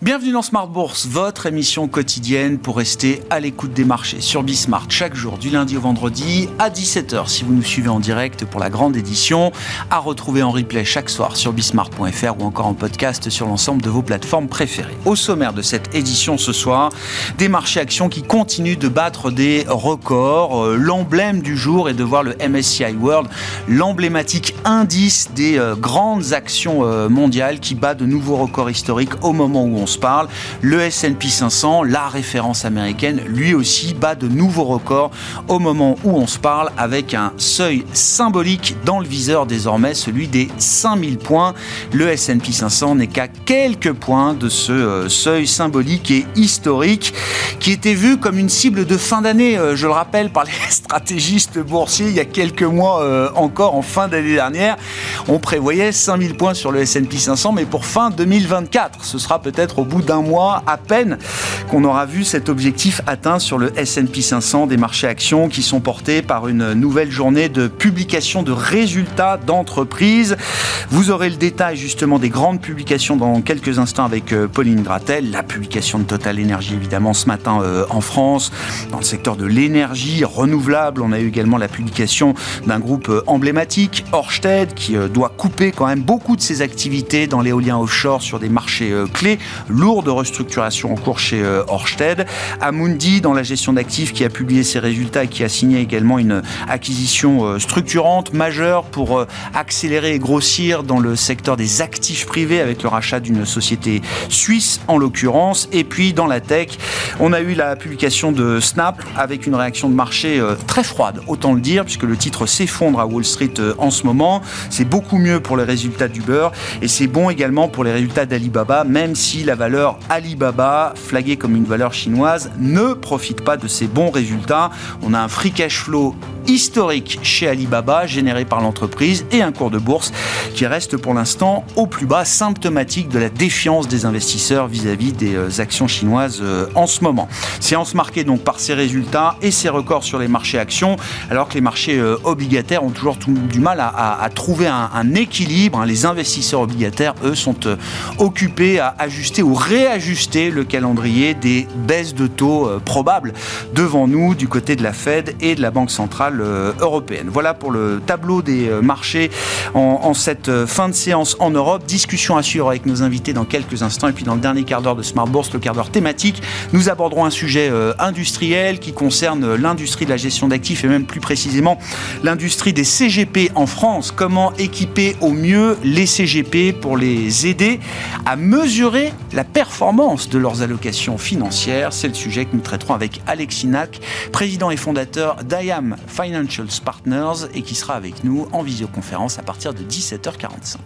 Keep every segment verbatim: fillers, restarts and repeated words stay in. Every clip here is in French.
Bienvenue dans Smart Bourse, votre émission quotidienne pour rester à l'écoute des marchés sur Bismart chaque jour du lundi au vendredi à dix-sept heures si vous nous suivez en direct pour la grande édition, à retrouver en replay chaque soir sur bismart point f r ou encore en podcast sur l'ensemble de vos plateformes préférées. Au sommaire de cette édition ce soir, des marchés actions qui continuent de battre des records. L'emblème du jour est de voir le M S C I World, l'emblématique indice des grandes actions mondiales qui bat de nouveaux records historiques au moment où on se parle. Le S and P cinq cents, la référence américaine, lui aussi bat de nouveaux records au moment où on se parle, avec un seuil symbolique dans le viseur désormais, celui des cinq mille points. Le S and P cinq cents n'est qu'à quelques points de ce euh, seuil symbolique et historique qui était vu comme une cible de fin d'année, euh, je le rappelle, par les stratégistes boursiers il y a quelques mois euh, encore, en fin d'année dernière. On prévoyait cinq mille points sur le S and P cinq cents, mais pour fin deux mille vingt-quatre. Ce sera peut-être au bout d'un mois à peine qu'on aura vu cet objectif atteint sur le S and P cinq cents, des marchés actions qui sont portés par une nouvelle journée de publication de résultats d'entreprises. Vous aurez le détail justement des grandes publications dans quelques instants avec Pauline Gratel. La publication de Total Energy évidemment ce matin euh, en France. Dans le secteur de l'énergie renouvelable, on a eu également la publication d'un groupe euh, emblématique, Ørsted, qui euh, doit couper quand même beaucoup de ses activités dans l'éolien offshore sur des marchés euh, clés. Lourde restructuration en cours chez euh, Ørsted. Amundi, dans la gestion d'actifs, qui a publié ses résultats et qui a signé également une acquisition euh, structurante, majeure, pour euh, accélérer et grossir dans le secteur des actifs privés avec le rachat d'une société suisse en l'occurrence. Et puis dans la tech, on a eu la publication de Snap avec une réaction de marché euh, très froide, autant le dire, puisque le titre s'effondre à Wall Street euh, en ce moment. C'est beaucoup mieux pour les résultats d'Uber et c'est bon également pour les résultats d'Alibaba, même si la valeur Alibaba, flaguée comme une valeur chinoise, ne profite pas de ces bons résultats. On a un free cash flow historique chez Alibaba généré par l'entreprise et un cours de bourse qui reste pour l'instant au plus bas, symptomatique de la défiance des investisseurs vis-à-vis des actions chinoises en ce moment. Séance marquée donc par ces résultats et ces records sur les marchés actions, alors que les marchés obligataires ont toujours tout, du mal à, à, à trouver un, un équilibre. Les investisseurs obligataires, eux, sont occupés à ajuster ou réajuster le calendrier des baisses de taux probables devant nous du côté de la Fed et de la Banque centrale européenne. Voilà pour le tableau des marchés en, en cette fin de séance en Europe. Discussion à suivre avec nos invités dans quelques instants. Et puis dans le dernier quart d'heure de Smart Bourse, le quart d'heure thématique, nous aborderons un sujet euh, industriel qui concerne l'industrie de la gestion d'actifs et même plus précisément l'industrie des C G P en France. Comment équiper au mieux les C G P pour les aider à mesurer la performance de leurs allocations financières. C'est le sujet que nous traiterons avec Alexis Nac, président et fondateur d'I A M Financial Partners, et qui sera avec nous en visioconférence à partir de dix-sept heures quarante-cinq.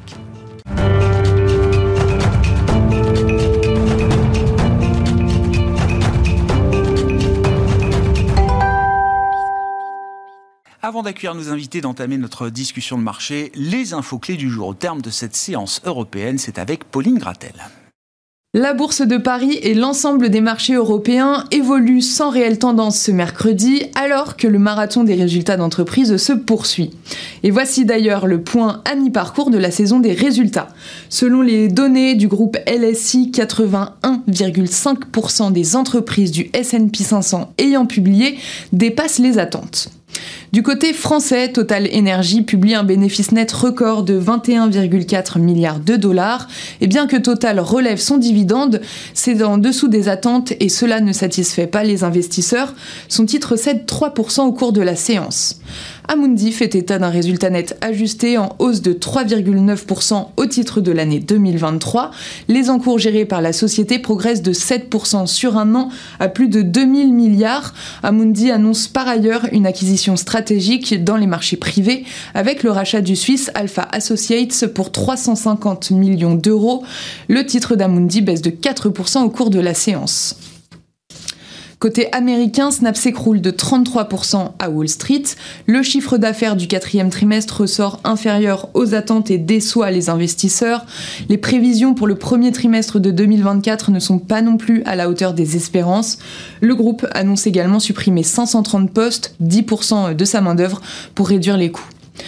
Avant d'accueillir nos invités, d'entamer notre discussion de marché, les infos clés du jour au terme de cette séance européenne, c'est avec Pauline Gratel. La bourse de Paris et l'ensemble des marchés européens évoluent sans réelle tendance ce mercredi, alors que le marathon des résultats d'entreprise se poursuit. Et voici d'ailleurs le point à mi-parcours de la saison des résultats. Selon les données du groupe L S I, quatre-vingt-un virgule cinq pour cent des entreprises du S and P cinq cents ayant publié dépassent les attentes. Du côté français, Total Energy publie un bénéfice net record de vingt et un virgule quatre milliards de dollars. Et bien que Total relève son dividende, c'est en dessous des attentes et cela ne satisfait pas les investisseurs. Son titre cède trois pour cent au cours de la séance. Amundi fait état d'un résultat net ajusté en hausse de trois virgule neuf pour cent au titre de l'année deux mille vingt-trois. Les encours gérés par la société progressent de sept pour cent sur un an à plus de deux mille milliards. Amundi annonce par ailleurs une acquisition stratégique dans les marchés privés avec le rachat du Suisse Alpha Associates pour trois cent cinquante millions d'euros. Le titre d'Amundi baisse de quatre pour cent au cours de la séance. Côté américain, Snap s'écroule de trente-trois pour cent à Wall Street. Le chiffre d'affaires du quatrième trimestre ressort inférieur aux attentes et déçoit les investisseurs. Les prévisions pour le premier trimestre de deux mille vingt-quatre ne sont pas non plus à la hauteur des espérances. Le groupe annonce également supprimer cinq cent trente postes, dix pour cent de sa main-d'œuvre, pour réduire les coûts.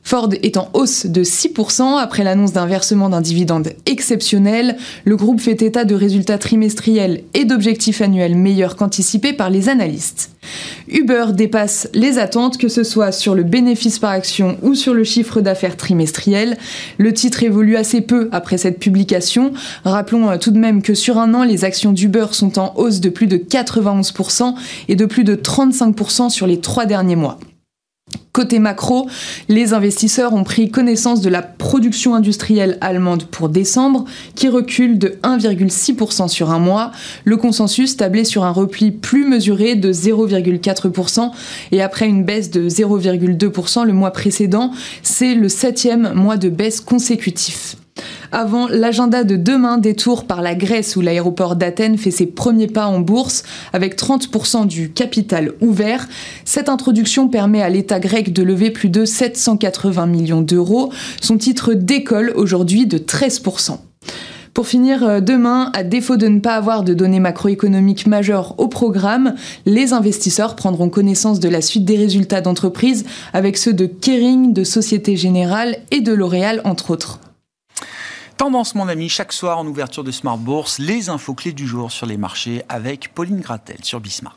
Ford est en hausse de six pour cent après l'annonce d'un versement d'un dividende exceptionnel. Le groupe fait état de résultats trimestriels et d'objectifs annuels meilleurs qu'anticipés par les analystes. Uber dépasse les attentes, que ce soit sur le bénéfice par action ou sur le chiffre d'affaires trimestriel. Le titre évolue assez peu après cette publication. Rappelons tout de même que sur un an, les actions d'Uber sont en hausse de plus de quatre-vingt-onze pour cent et de plus de trente-cinq pour cent sur les trois derniers mois. Côté macro, les investisseurs ont pris connaissance de la production industrielle allemande pour décembre, qui recule de un virgule six pour cent sur un mois. Le consensus tablait sur un repli plus mesuré de zéro virgule quatre pour cent et après une baisse de zéro virgule deux pour cent le mois précédent, c'est le septième mois de baisse consécutif. Avant, l'agenda de demain détourne par la Grèce où l'aéroport d'Athènes fait ses premiers pas en bourse avec trente pour cent du capital ouvert. Cette introduction permet à l'État grec de lever plus de sept cent quatre-vingts millions d'euros. Son titre décolle aujourd'hui de treize pour cent. Pour finir, demain, à défaut de ne pas avoir de données macroéconomiques majeures au programme, les investisseurs prendront connaissance de la suite des résultats d'entreprises avec ceux de Kering, de Société Générale et de L'Oréal, entre autres. Tendance, mon ami, chaque soir en ouverture de Smart Bourse, les infos clés du jour sur les marchés avec Pauline Gratel sur Bismart.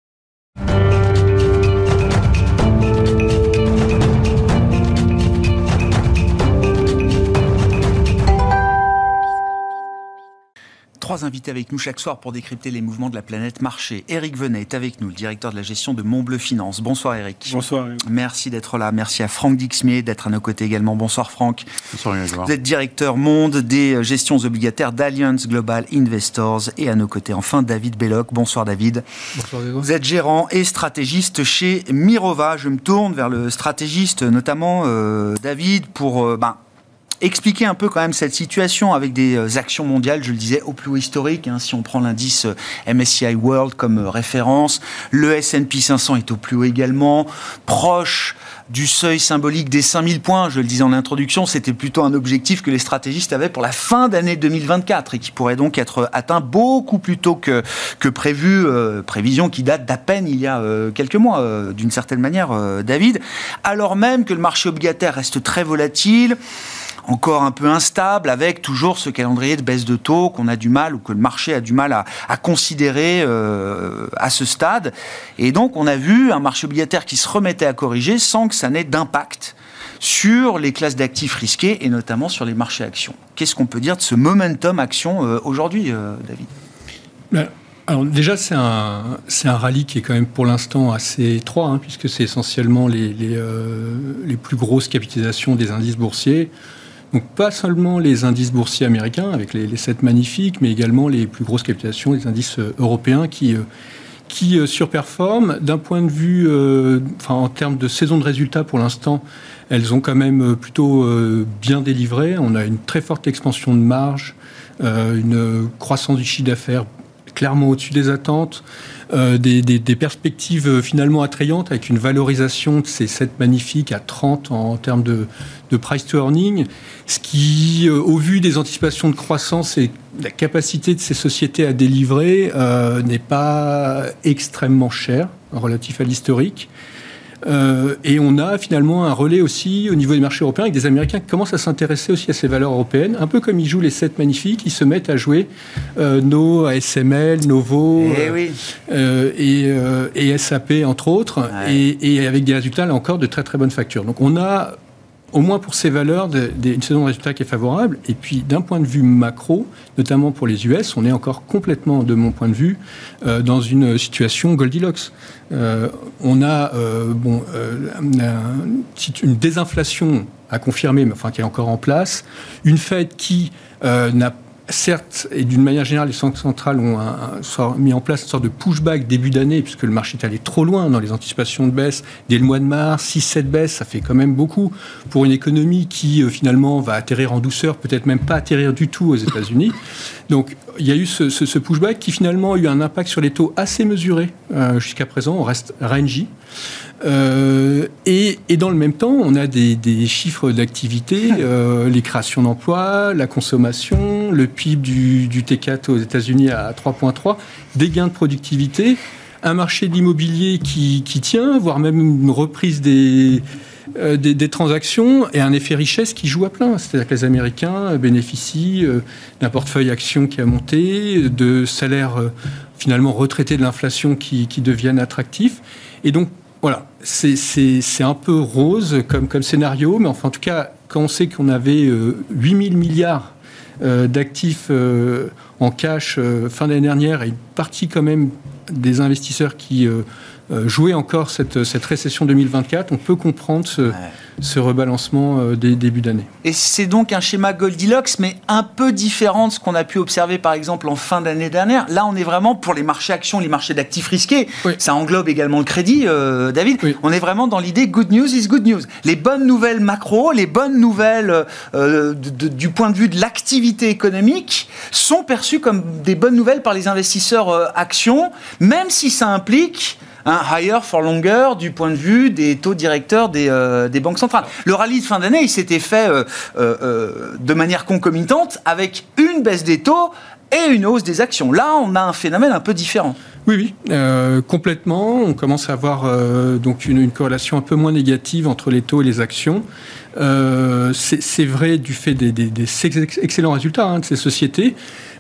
Trois invités avec nous chaque soir pour décrypter les mouvements de la planète marché. Éric Venet est avec nous, le directeur de la gestion de Montbleu Finance. Bonsoir Éric. Bonsoir. Merci d'être là. Merci à Franck Dixmier d'être à nos côtés également. Bonsoir Franck. Bonsoir Éric. Vous êtes directeur monde des gestions obligataires d'Allianz Global Investors. Et à nos côtés enfin David Belloc. Bonsoir David. Bonsoir David. Vous êtes gérant et stratégiste chez Mirova. Je me tourne vers le stratégiste notamment euh, David pour... Euh, ben, expliquer un peu quand même cette situation avec des actions mondiales, je le disais, au plus haut historique. Hein, si on prend l'indice M S C I World comme référence, le S and P cinq cents est au plus haut également, proche du seuil symbolique des cinq mille points. Je le disais en introduction, c'était plutôt un objectif que les stratégistes avaient pour la fin d'année deux mille vingt-quatre et qui pourrait donc être atteint beaucoup plus tôt que, que prévu. Euh, prévision qui date d'à peine il y a euh, quelques mois, euh, d'une certaine manière, euh, David. Alors même que le marché obligataire reste très volatile, encore un peu instable, avec toujours ce calendrier de baisse de taux qu'on a du mal, ou que le marché a du mal à, à considérer euh, à ce stade. Et donc, on a vu un marché obligataire qui se remettait à corriger sans que ça n'ait d'impact sur les classes d'actifs risqués, et notamment sur les marchés actions. Qu'est-ce qu'on peut dire de ce momentum action euh, aujourd'hui, euh, David ? Ben, alors déjà, c'est un, c'est un rallye qui est quand même pour l'instant assez étroit, hein, puisque c'est essentiellement les, les, euh, les plus grosses capitalisations des indices boursiers. Donc pas seulement les indices boursiers américains avec les, les sept magnifiques, mais également les plus grosses capitalisations des indices euh, européens qui, euh, qui euh, surperforment. D'un point de vue, euh, enfin, en termes de saison de résultats pour l'instant, elles ont quand même plutôt euh, bien délivré. On a une très forte expansion de marge, euh, une croissance du chiffre d'affaires clairement au-dessus des attentes, euh, des, des, des perspectives euh, finalement attrayantes avec une valorisation de ces sept magnifiques à trente en, en termes de, de price to earning, ce qui, euh, au vu des anticipations de croissance et la capacité de ces sociétés à délivrer, euh, n'est pas extrêmement cher relatif à l'historique. Euh, et on a finalement un relais aussi au niveau des marchés européens avec des Américains qui commencent à s'intéresser aussi à ces valeurs européennes, un peu comme ils jouent les sept magnifiques, ils se mettent à jouer euh, nos A S M L, Novo eh oui. euh, et, euh, et S A P entre autres, ouais. et, et avec des résultats là encore de très très bonnes factures. Donc on a au moins pour ces valeurs, de, de, une saison de résultats qui est favorable. Et puis, d'un point de vue macro, notamment pour les U S, on est encore complètement, de mon point de vue, euh, dans une situation Goldilocks. Euh, on a euh, bon, euh, une désinflation à confirmer, mais enfin qui est encore en place. Une Fed qui euh, n'a certes, et d'une manière générale, les banques centrales ont un, un, mis en place une sorte de pushback début d'année, puisque le marché est allé trop loin dans les anticipations de baisse. Dès le mois de mars, six sept baisses, ça fait quand même beaucoup pour une économie qui, euh, finalement, va atterrir en douceur, peut-être même pas atterrir du tout aux États-Unis. Donc, il y a eu ce, ce, ce pushback qui, finalement, a eu un impact sur les taux assez mesuré. Euh, jusqu'à présent, on reste rangy. Euh, et, et dans le même temps, on a des, des chiffres d'activité, euh, les créations d'emplois, la consommation, le P I B du, du T quatre aux États-Unis à trois virgule trois, des gains de productivité, un marché de l'immobilier qui, qui tient, voire même une reprise des, euh, des, des transactions et un effet richesse qui joue à plein. C'est-à-dire que les Américains bénéficient euh, d'un portefeuille action qui a monté, de salaires euh, finalement retraités de l'inflation qui, qui deviennent attractifs. Et donc, voilà, c'est, c'est, c'est un peu rose comme, comme scénario, mais enfin, en tout cas, quand on sait qu'on avait euh, huit mille milliards euh, d'actifs euh, en cash euh, fin d'année dernière et une partie quand même des investisseurs qui euh, euh, jouaient encore cette, cette récession deux mille vingt-quatre, on peut comprendre ce, ouais. ce rebalancement euh, des débuts d'année. Et c'est donc un schéma Goldilocks, mais un peu différent de ce qu'on a pu observer par exemple en fin d'année dernière. Là, on est vraiment pour les marchés actions, les marchés d'actifs risqués. Oui. Ça englobe également le crédit, euh, David. Oui. On est vraiment dans l'idée good news is good news. Les bonnes nouvelles macro, les bonnes nouvelles euh, de, de, du point de vue de l'activité économique sont perçues comme des bonnes nouvelles par les investisseurs euh, actions, même si ça implique un higher for longer du point de vue des taux directeurs des, euh, des banques centrales. Le rallye de fin d'année, il s'était fait euh, euh, de manière concomitante avec une baisse des taux et une hausse des actions. Là, on a un phénomène un peu différent. Oui, oui, euh, complètement. On commence à avoir euh, donc une, une corrélation un peu moins négative entre les taux et les actions. Euh, c'est, c'est vrai du fait des, des, des excellents résultats hein, de ces sociétés.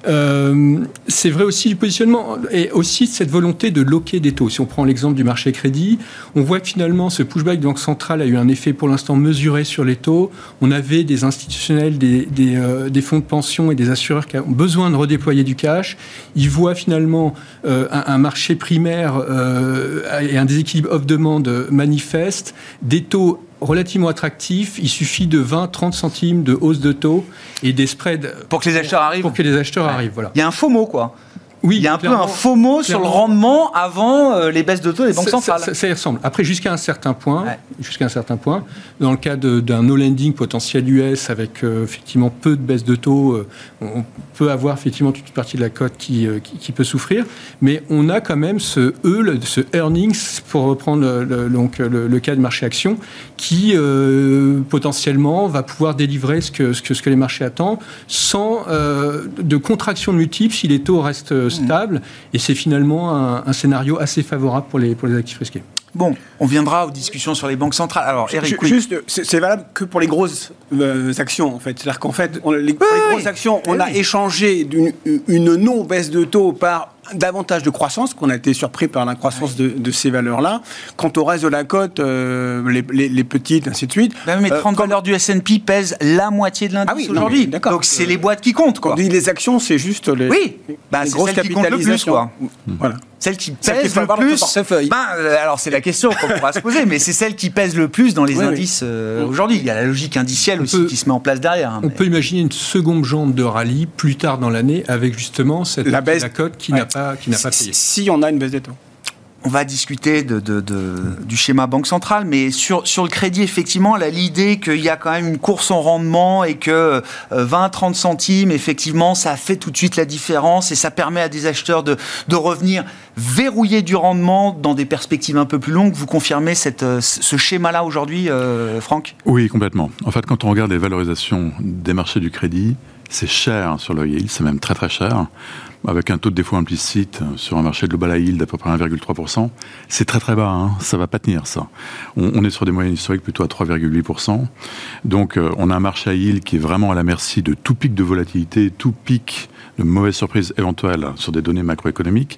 Euh, c'est vrai aussi du positionnement et aussi de cette volonté de loquer des taux. Si on prend l'exemple du marché crédit, on voit que finalement ce pushback de Banque centrale a eu un effet pour l'instant mesuré sur les taux. On avait des institutionnels, des, des, euh, des fonds de pension et des assureurs qui ont besoin de redéployer du cash. Ils voient finalement euh, un, un marché primaire euh, et un déséquilibre offre-demande manifeste, des taux relativement attractif, il suffit de vingt à trente centimes de hausse de taux et des spreads pour que les acheteurs arrivent. Pour que les acheteurs ouais. arrivent, voilà. Il y a un FOMO, quoi. Oui, il y a un peu un FOMO sur le rendement avant euh, les baisses de taux des banques ça, centrales. Ça, ça, ça y ressemble. Après, jusqu'à un certain point, ouais. jusqu'à un certain point, dans le cas de, d'un no-lending potentiel U S avec euh, effectivement peu de baisse de taux, euh, on peut avoir effectivement toute une partie de la cote qui, euh, qui, qui peut souffrir, mais on a quand même ce E, le, ce earnings, pour reprendre le, le, donc, le, le cas de marché action, qui euh, potentiellement va pouvoir délivrer ce que, ce que, ce que les marchés attendent, sans euh, de contraction de multiples si les taux restent stable, et c'est finalement un, un scénario assez favorable pour les, pour les actifs risqués. Bon, on viendra aux discussions sur les banques centrales. Alors, Eric, oui. Juste, c'est, c'est valable que pour les grosses euh, actions, en fait. C'est-à-dire qu'en fait, on, les, pour les grosses actions, on oui. a échangé d'une, une non-baisse de taux par davantage de croissance, qu'on a été surpris par la croissance oui. de, de ces valeurs-là. Quant au reste de la cote, euh, les, les, les petites, ainsi de suite. Ben, mais trente euh, valeurs du S and P pèsent la moitié de l'indice ah oui, aujourd'hui. Non, d'accord. Donc c'est euh, les boîtes qui comptent, quoi. Quand on dit les actions, c'est juste les, oui. ben, les c'est grosses celles qui comptent le plus, quoi. Voilà. Celle qui pèse le plus. Ben, euh, alors c'est la question qu'on pourra se poser, mais c'est celle qui pèse le plus dans les oui, indices euh, oui. aujourd'hui. Il y a la logique indicielle on aussi peut, qui se met en place derrière. Hein, on mais... peut imaginer une seconde jambe de rallye plus tard dans l'année avec justement cette la baisse, la cote qui ouais. n'a pas qui n'a pas payé. Si on a une baisse des taux. On va discuter de, de, de, du schéma Banque centrale, mais sur, sur le crédit, effectivement, là, l'idée qu'il y a quand même une course en rendement et que vingt à trente centimes, effectivement, ça fait tout de suite la différence et ça permet à des acheteurs de, de revenir verrouiller du rendement dans des perspectives un peu plus longues. Vous confirmez cette, ce schéma-là aujourd'hui, euh, Franck ? Oui, complètement. En fait, quand on regarde les valorisations des marchés du crédit, c'est cher sur le yield, c'est même très très cher. Avec un taux de défaut implicite sur un marché global à yield d'à peu près un virgule trois pour cent, c'est très très bas, hein, ça ne va pas tenir ça. On, on est sur des moyennes historiques plutôt à trois virgule huit pour cent. Donc euh, on a un marché à yield qui est vraiment à la merci de tout pic de volatilité, tout pic de mauvaises surprises éventuelles sur des données macroéconomiques.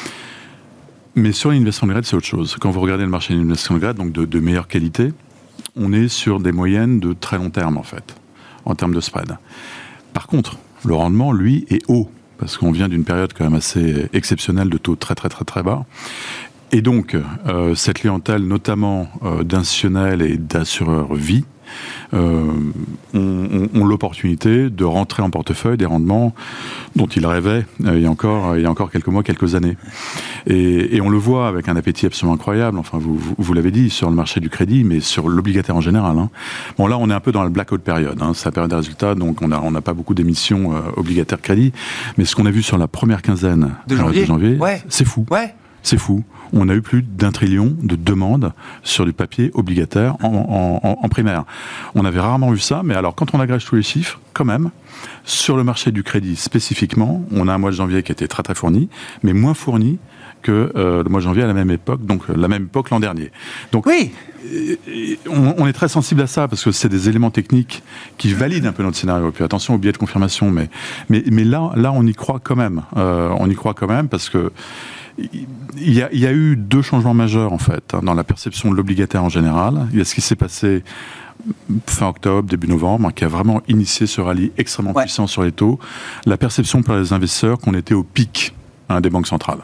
Mais sur l'investment grade, c'est autre chose. Quand vous regardez le marché de l'investment grade, donc de, de meilleure qualité, on est sur des moyennes de très long terme en fait, en termes de spread. Par contre, le rendement, lui, est haut. Parce qu'on vient d'une période quand même assez exceptionnelle de taux très très très très bas. Et donc, euh, cette clientèle, notamment euh, d'institutionnels et d'assureurs vie, euh, ont, ont, ont l'opportunité de rentrer en portefeuille des rendements dont ils rêvaient euh, il y a encore, il y a encore quelques mois, quelques années. Et, et on le voit avec un appétit absolument incroyable, enfin vous, vous, vous l'avez dit, sur le marché du crédit, mais sur l'obligataire en général. Hein. Bon là, on est un peu dans la blackout période, hein, c'est la période des résultats, donc on n'a on n'a pas beaucoup d'émissions euh, obligataires crédit, mais ce qu'on a vu sur la première quinzaine de janvier, euh, de janvier ouais. c'est fou. Ouais. C'est fou. On a eu plus d'un trillion de demandes sur du papier obligataire en, en, en primaire. On avait rarement vu ça, mais alors quand on agrège tous les chiffres, quand même, sur le marché du crédit spécifiquement, on a un mois de janvier qui était très très fourni, mais moins fourni que euh, le mois de janvier à la même époque, donc la même époque l'an dernier. Donc oui. On, on est très sensible à ça parce que c'est des éléments techniques qui valident un peu notre scénario. Puis attention au biais de confirmation, mais mais mais là là on y croit quand même. Euh, on y croit quand même parce que il y a, il y a eu deux changements majeurs en fait dans la perception de l'obligataire en général. Il y a ce qui s'est passé fin octobre, début novembre, qui a vraiment initié ce rallye extrêmement ouais. puissant sur les taux. La perception par les investisseurs qu'on était au pic hein, des banques centrales.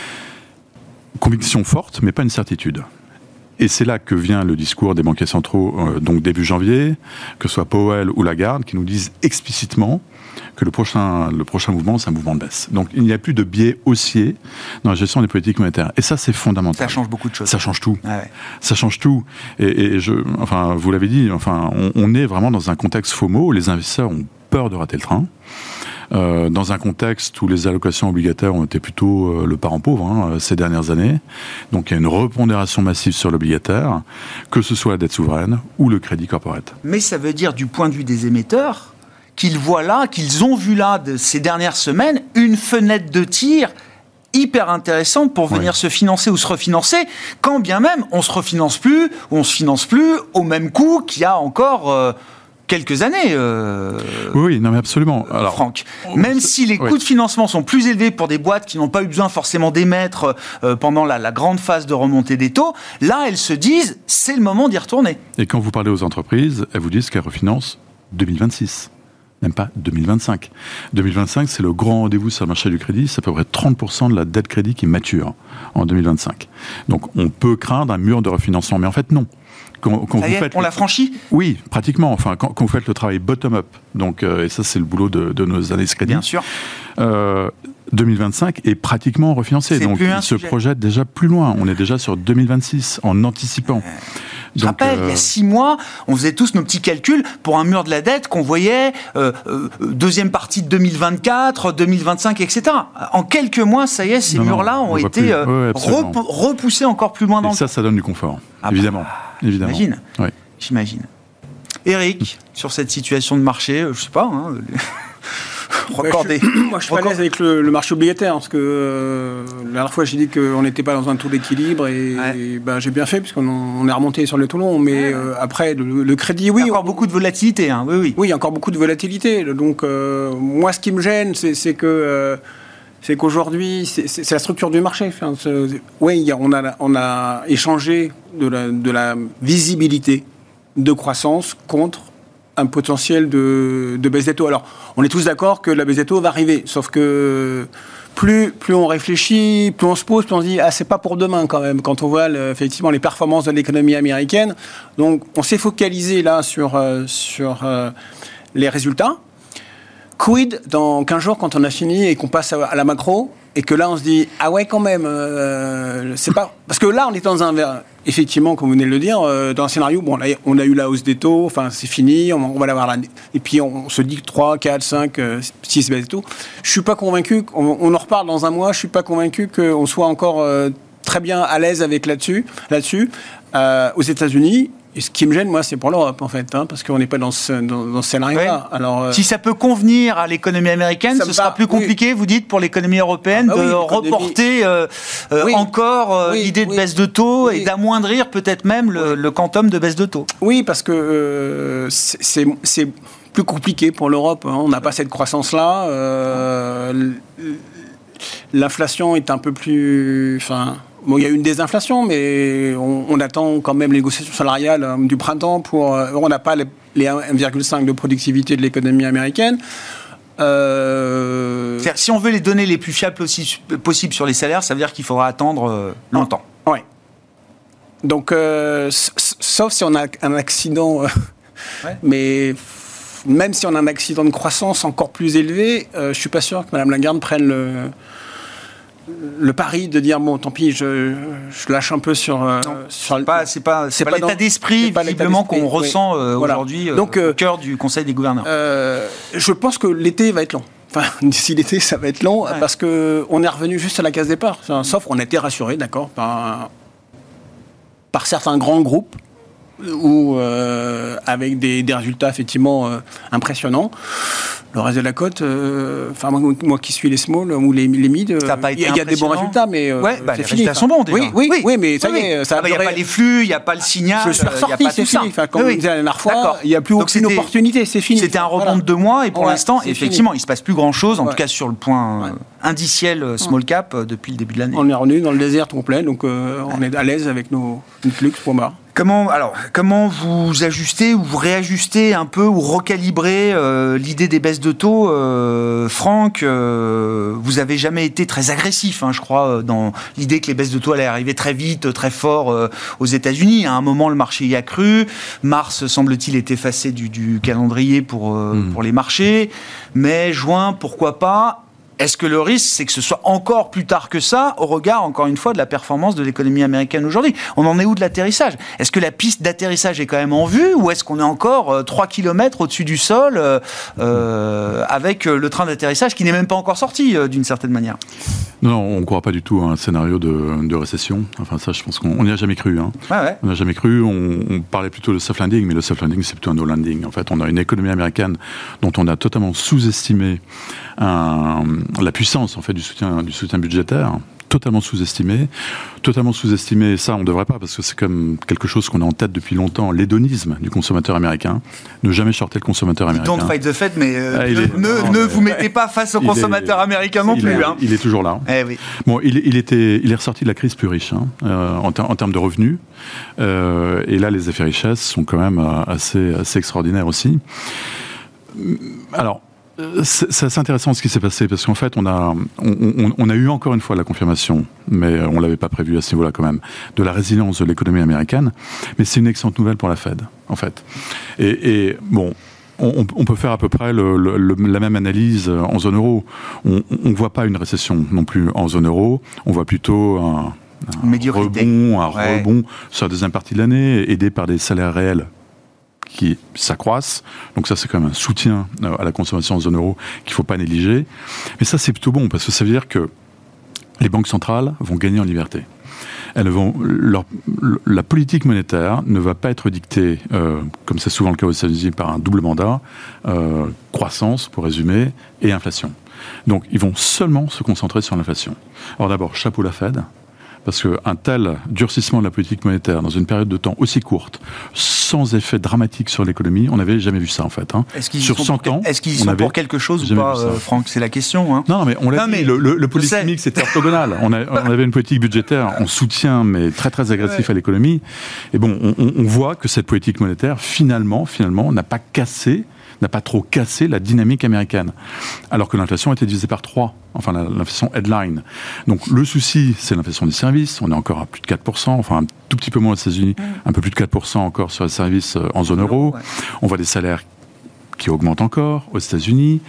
Conviction forte, mais pas une certitude. Et c'est là que vient le discours des banquiers centraux, euh, donc début janvier, que ce soit Powell ou Lagarde, qui nous disent explicitement que le prochain, le prochain mouvement, c'est un mouvement de baisse. Donc il n'y a plus de biais haussier dans la gestion des politiques monétaires. Et ça, c'est fondamental. Ça change beaucoup de choses. Ça change tout. Ah ouais. Ça change tout. Et, et je, enfin, vous l'avez dit, enfin, on, on est vraiment dans un contexte FOMO où les investisseurs ont peur de rater le train. Euh, dans un contexte où les allocations obligataires ont été plutôt euh, le parent pauvre hein, ces dernières années. Donc il y a une repondération massive sur l'obligataire, que ce soit la dette souveraine ou le crédit corporate. Mais ça veut dire, du point de vue des émetteurs, qu'ils voient là, qu'ils ont vu là, de ces dernières semaines, une fenêtre de tir hyper intéressante pour venir ouais. se financer ou se refinancer, quand bien même on se refinance plus, ou on se finance plus au même coût qu'il y a encore... Euh, quelques années, euh, oui, oui, non mais absolument. Alors, Franck. Même si les coûts oui. de financement sont plus élevés pour des boîtes qui n'ont pas eu besoin forcément d'émettre euh, pendant la, la grande phase de remontée des taux, là, elles se disent, c'est le moment d'y retourner. Et quand vous parlez aux entreprises, elles vous disent qu'elles refinancent deux mille vingt-six, même pas deux mille vingt-cinq. deux mille vingt-cinq, c'est le grand rendez-vous sur le marché du crédit, c'est à peu près trente pour cent de la dette crédit qui mature en deux mille vingt-cinq. Donc, on peut craindre un mur de refinancement, mais en fait, non. Quand, quand ça vous y est, faites on le... l'a franchi ? Oui, pratiquement. Enfin, quand, quand vous faites le travail bottom-up, donc, euh, et ça, c'est le boulot de, de nos analystes crédit. Bien sûr. Euh, deux mille vingt-cinq est pratiquement refinancé. C'est donc, plus il se sujet. projette déjà plus loin. On est déjà sur deux mille vingt-six, en anticipant. Euh... Je donc, rappelle, euh... il y a six mois, on faisait tous nos petits calculs pour un mur de la dette qu'on voyait euh, euh, deuxième partie de deux mille vingt-quatre, deux mille vingt-cinq, et cetera. En quelques mois, ça y est, ces non, murs-là non, ont été euh, ouais, rep- repoussés encore plus loin et dans ça, le temps. Ça donne du confort, ah évidemment. Bah, évidemment. J'imagine. Oui. J'imagine. Eric, sur cette situation de marché, je sais pas, hein, recordé. Bah, moi, je suis pas à l'aise avec le, le marché obligataire, parce que euh, la dernière fois, j'ai dit qu'on n'était pas dans un taux d'équilibre, et, ouais. et bah, j'ai bien fait, puisqu'on on est remonté sur le taux long, mais ouais. euh, après, le, le crédit, oui. Il y a encore on, beaucoup de volatilité, hein, oui, oui. Oui, il y a encore beaucoup de volatilité. Donc, euh, moi, ce qui me gêne, c'est, c'est que... Euh, c'est qu'aujourd'hui, c'est, c'est, c'est la structure du marché. Enfin, oui, on a, on a échangé de la, de la visibilité de croissance contre un potentiel de, de baisse des taux. Alors, on est tous d'accord que la baisse des taux va arriver, sauf que plus, plus on réfléchit, plus on se pose, plus on se dit « Ah, c'est pas pour demain quand même », quand on voit le, effectivement les performances de l'économie américaine. Donc, on s'est focalisé là sur, euh, sur euh, les résultats. Quid dans quinze jours quand on a fini et qu'on passe à, à la macro et que là on se dit ah ouais quand même euh, c'est pas parce que là on est dans un effectivement comme vous venez de le dire euh, dans un scénario bon là, on a eu la hausse des taux enfin c'est fini on, on va l'avoir là et puis on, on se dit trois, quatre, cinq, six baisses des taux je suis pas convaincu on, on en reparle dans un mois je suis pas convaincu qu'on soit encore euh, très bien à l'aise avec là-dessus là-dessus euh, aux États-Unis. Et ce qui me gêne, moi, c'est pour l'Europe, en fait, hein, parce qu'on n'est pas dans ce, dans, dans ce scénario-là. Oui. Alors, euh, si ça peut convenir à l'économie américaine, ce sera va, plus compliqué, oui. vous dites, pour l'économie européenne, ah, bah, de oui, reporter euh, euh, oui. encore euh, oui, l'idée de oui. baisse de taux oui. et d'amoindrir peut-être même le, le quantum de baisse de taux. Oui, parce que euh, c'est, c'est, c'est plus compliqué pour l'Europe. Hein. On n'a pas cette croissance-là. Euh, l'inflation est un peu plus... Enfin, bon, il y a eu une désinflation, mais on, on attend quand même les négociations salariales euh, du printemps pour... Euh, on n'a pas les, les un virgule cinq de productivité de l'économie américaine. Euh... C'est-à-dire, si on veut les données les plus fiables aussi, possibles sur les salaires, ça veut dire qu'il faudra attendre euh, longtemps. Oui. Donc, euh, s- sauf si on a un accident... Euh, ouais. Mais... Même si on a un accident de croissance encore plus élevé, euh, je ne suis pas sûr que Mme Lagarde prenne le, le pari de dire bon, tant pis, je, je lâche un peu sur. Euh, non, sur c'est pas, c'est pas, c'est c'est pas, pas l'état dans, d'esprit c'est pas visiblement l'état d'esprit, qu'on oui. ressent euh, voilà. aujourd'hui Donc, euh, euh, au cœur du Conseil des gouverneurs. Euh, je pense que l'été va être long. Enfin, d'ici l'été, ça va être long, ouais. parce qu'on est revenu juste à la case départ. Sauf qu'on a été rassuré, d'accord, par, par certains grands groupes, ou euh, avec des, des résultats effectivement euh, impressionnants. Le reste de la côte, euh, enfin moi, moi qui suis les small ou les, les mid, ça a pas été il y a des bons résultats, mais euh, ouais, bah, c'est les fini. résultats sont bons déjà. Oui, oui, oui, oui mais ça oui, y est, ça il n'y a pas les flux, il n'y a pas le signal. Je suis ressorti, c'est fini. Enfin, comme oui, on disait la dernière fois, d'accord. il n'y a plus Donc aucune opportunité, c'est fini. C'était un rebond voilà. de deux mois et pour ouais, l'instant, effectivement, fini. il ne se passe plus grand-chose, en ouais. tout cas sur le point ouais. indiciel small cap euh, depuis le début de l'année. On est revenu dans le désert complet, donc euh, on est à l'aise avec nos flux pour moi. Comment, alors, comment vous ajustez ou vous réajustez un peu ou recalibrez euh, l'idée des baisses de taux euh, Franck, euh, vous avez jamais été très agressif, hein, je crois, dans l'idée que les baisses de taux allaient arriver très vite, très fort euh, aux États-Unis. À un moment, le marché y a cru. Mars, semble-t-il, est effacé du, du calendrier pour, euh, mmh. pour les marchés. Mai, juin, pourquoi pas ? Est-ce que le risque, c'est que ce soit encore plus tard que ça, au regard, encore une fois, de la performance de l'économie américaine aujourd'hui ? On en est où de l'atterrissage ? Est-ce que la piste d'atterrissage est quand même en vue, ou est-ce qu'on est encore euh, trois kilomètres au-dessus du sol euh, euh, avec le train d'atterrissage qui n'est même pas encore sorti, euh, d'une certaine manière ? Non, on ne croit pas du tout à un scénario de, de récession. Enfin, ça, je pense qu'on n'y a jamais cru. Hein. Ouais, ouais. On n'a jamais cru. On, on parlait plutôt de soft landing, mais le soft landing, c'est plutôt un no landing. En fait, on a une économie américaine dont on a totalement sous-estimé un, la puissance en fait du soutien, du soutien budgétaire. Totalement sous-estimé, totalement sous-estimé, ça on ne devrait pas, parce que c'est comme quelque chose qu'on a en tête depuis longtemps, l'hédonisme du consommateur américain, ne jamais shorter le consommateur américain. Don't fight the Fed, mais euh, ah, ne, est, ne, non, ne mais, vous mettez pas face au consommateur est, américain non il plus. Est, hein. Il est toujours là. Eh oui. Bon, il, il, était, il est ressorti de la crise plus riche, hein, euh, en, ter- en termes de revenus, euh, et là les effets richesses sont quand même assez, assez extraordinaires aussi. Alors, C'est, c'est assez intéressant ce qui s'est passé, parce qu'en fait, on a, on, on, on a eu encore une fois la confirmation, mais on ne l'avait pas prévu à ce niveau-là quand même, de la résilience de l'économie américaine. Mais c'est une excellente nouvelle pour la Fed, en fait. Et, et bon, on, on peut faire à peu près le, le, le, la même analyse en zone euro. On ne voit pas une récession non plus en zone euro, on voit plutôt un, un rebond, un ouais. rebond sur la deuxième partie de l'année, aidé par des salaires réels qui s'accroissent. Donc ça, c'est quand même un soutien à la consommation en zone euro qu'il ne faut pas négliger. Mais ça, c'est plutôt bon, parce que ça veut dire que les banques centrales vont gagner en liberté. Elles vont, leur, la politique monétaire ne va pas être dictée, euh, comme c'est souvent le cas aux États-Unis, par un double mandat, euh, croissance, pour résumer, et inflation. Donc, ils vont seulement se concentrer sur l'inflation. Alors d'abord, chapeau la Fed, parce qu'un tel durcissement de la politique monétaire dans une période de temps aussi courte, sans effet dramatique sur l'économie, on n'avait jamais vu ça en fait. Hein. Est-ce qu'ils sur sont cent pour, ans, est-ce qu'ils sont pour quelque chose ou pas, euh, Franck ? C'est la question. Hein. Non, non, mais on l'a non, dit, mais le, le, le politique mix était orthogonal. On, a, on avait une politique budgétaire en soutien, mais très très agressif ouais. à l'économie. Et bon, on, on voit que cette politique monétaire, finalement, finalement, n'a pas cassé n'a pas trop cassé la dynamique américaine. Alors que l'inflation a été divisée par trois, enfin l'inflation headline. Donc le souci, c'est l'inflation des services. On est encore à plus de quatre pour cent, enfin un tout petit peu moins aux États-Unis, mmh. un peu plus de quatre pour cent encore sur les services en zone euro. Ouais. On voit des salaires qui augmente encore aux États-Unis.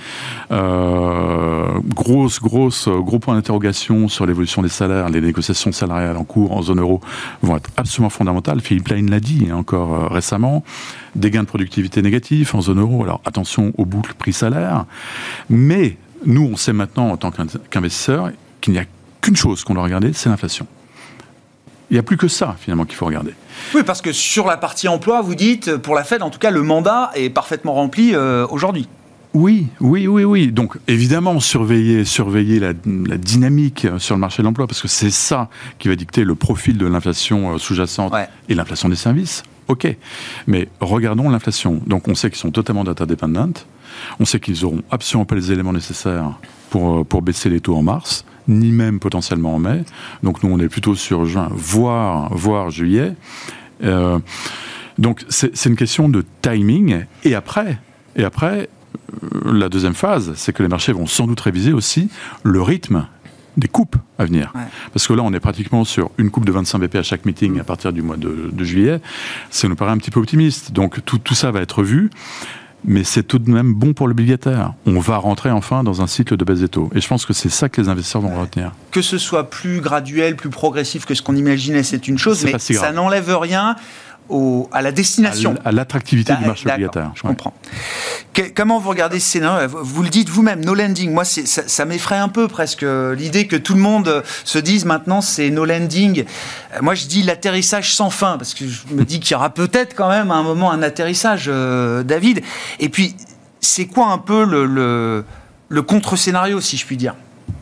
Euh, grosse, grosse, gros point d'interrogation sur l'évolution des salaires. Les négociations salariales en cours en zone euro vont être absolument fondamentales. Philippe Lane l'a dit encore euh, récemment. Des gains de productivité négatifs en zone euro. Alors attention aux boucles prix-salaire. Mais nous, on sait maintenant en tant qu'investisseurs qu'il n'y a qu'une chose qu'on doit regarder, c'est l'inflation. Il n'y a plus que ça, finalement, qu'il faut regarder. Oui, parce que sur la partie emploi, vous dites, pour la Fed, en tout cas, le mandat est parfaitement rempli euh, aujourd'hui. Oui, oui, oui, oui. Donc, évidemment, surveiller, surveiller la, la dynamique sur le marché de l'emploi, parce que c'est ça qui va dicter le profil de l'inflation sous-jacente ouais. et l'inflation des services. OK. Mais regardons l'inflation. Donc, on sait qu'ils sont totalement data dependent. On sait qu'ils n'auront absolument pas les éléments nécessaires pour, pour baisser les taux en mars, ni même potentiellement en mai. Donc nous, on est plutôt sur juin, voire, voire juillet. Euh, donc c'est, c'est une question de timing. Et après, et après, la deuxième phase, c'est que les marchés vont sans doute réviser aussi le rythme des coupes à venir. Ouais. Parce que là, on est pratiquement sur une coupe de vingt-cinq B P à chaque meeting à partir du mois de, de juillet. Ça nous paraît un petit peu optimiste. Donc tout, tout ça va être vu. Mais c'est tout de même bon pour l'obligataire. On va rentrer enfin dans un cycle de baisse des taux. Et je pense que c'est ça que les investisseurs vont retenir. Que ce soit plus graduel, plus progressif que ce qu'on imaginait, c'est une chose, c'est mais si ça n'enlève rien au, à la destination. À l'attractivité Da, du marché d'accord, obligataire. Je ouais. comprends. Que, comment vous regardez ce scénario ? Vous le dites vous-même, no lending. Moi, c'est, ça, ça m'effraie un peu presque l'idée que tout le monde se dise maintenant c'est no lending. Moi, je dis l'atterrissage sans fin parce que je me dis qu'il y aura peut-être quand même à un moment un atterrissage, euh, David. Et puis, c'est quoi un peu le, le, le contre-scénario, si je puis dire ?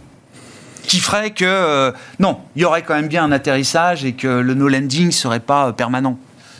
Qui ferait que, euh, non, il y aurait quand même bien un atterrissage et que le no lending ne serait pas euh, permanent.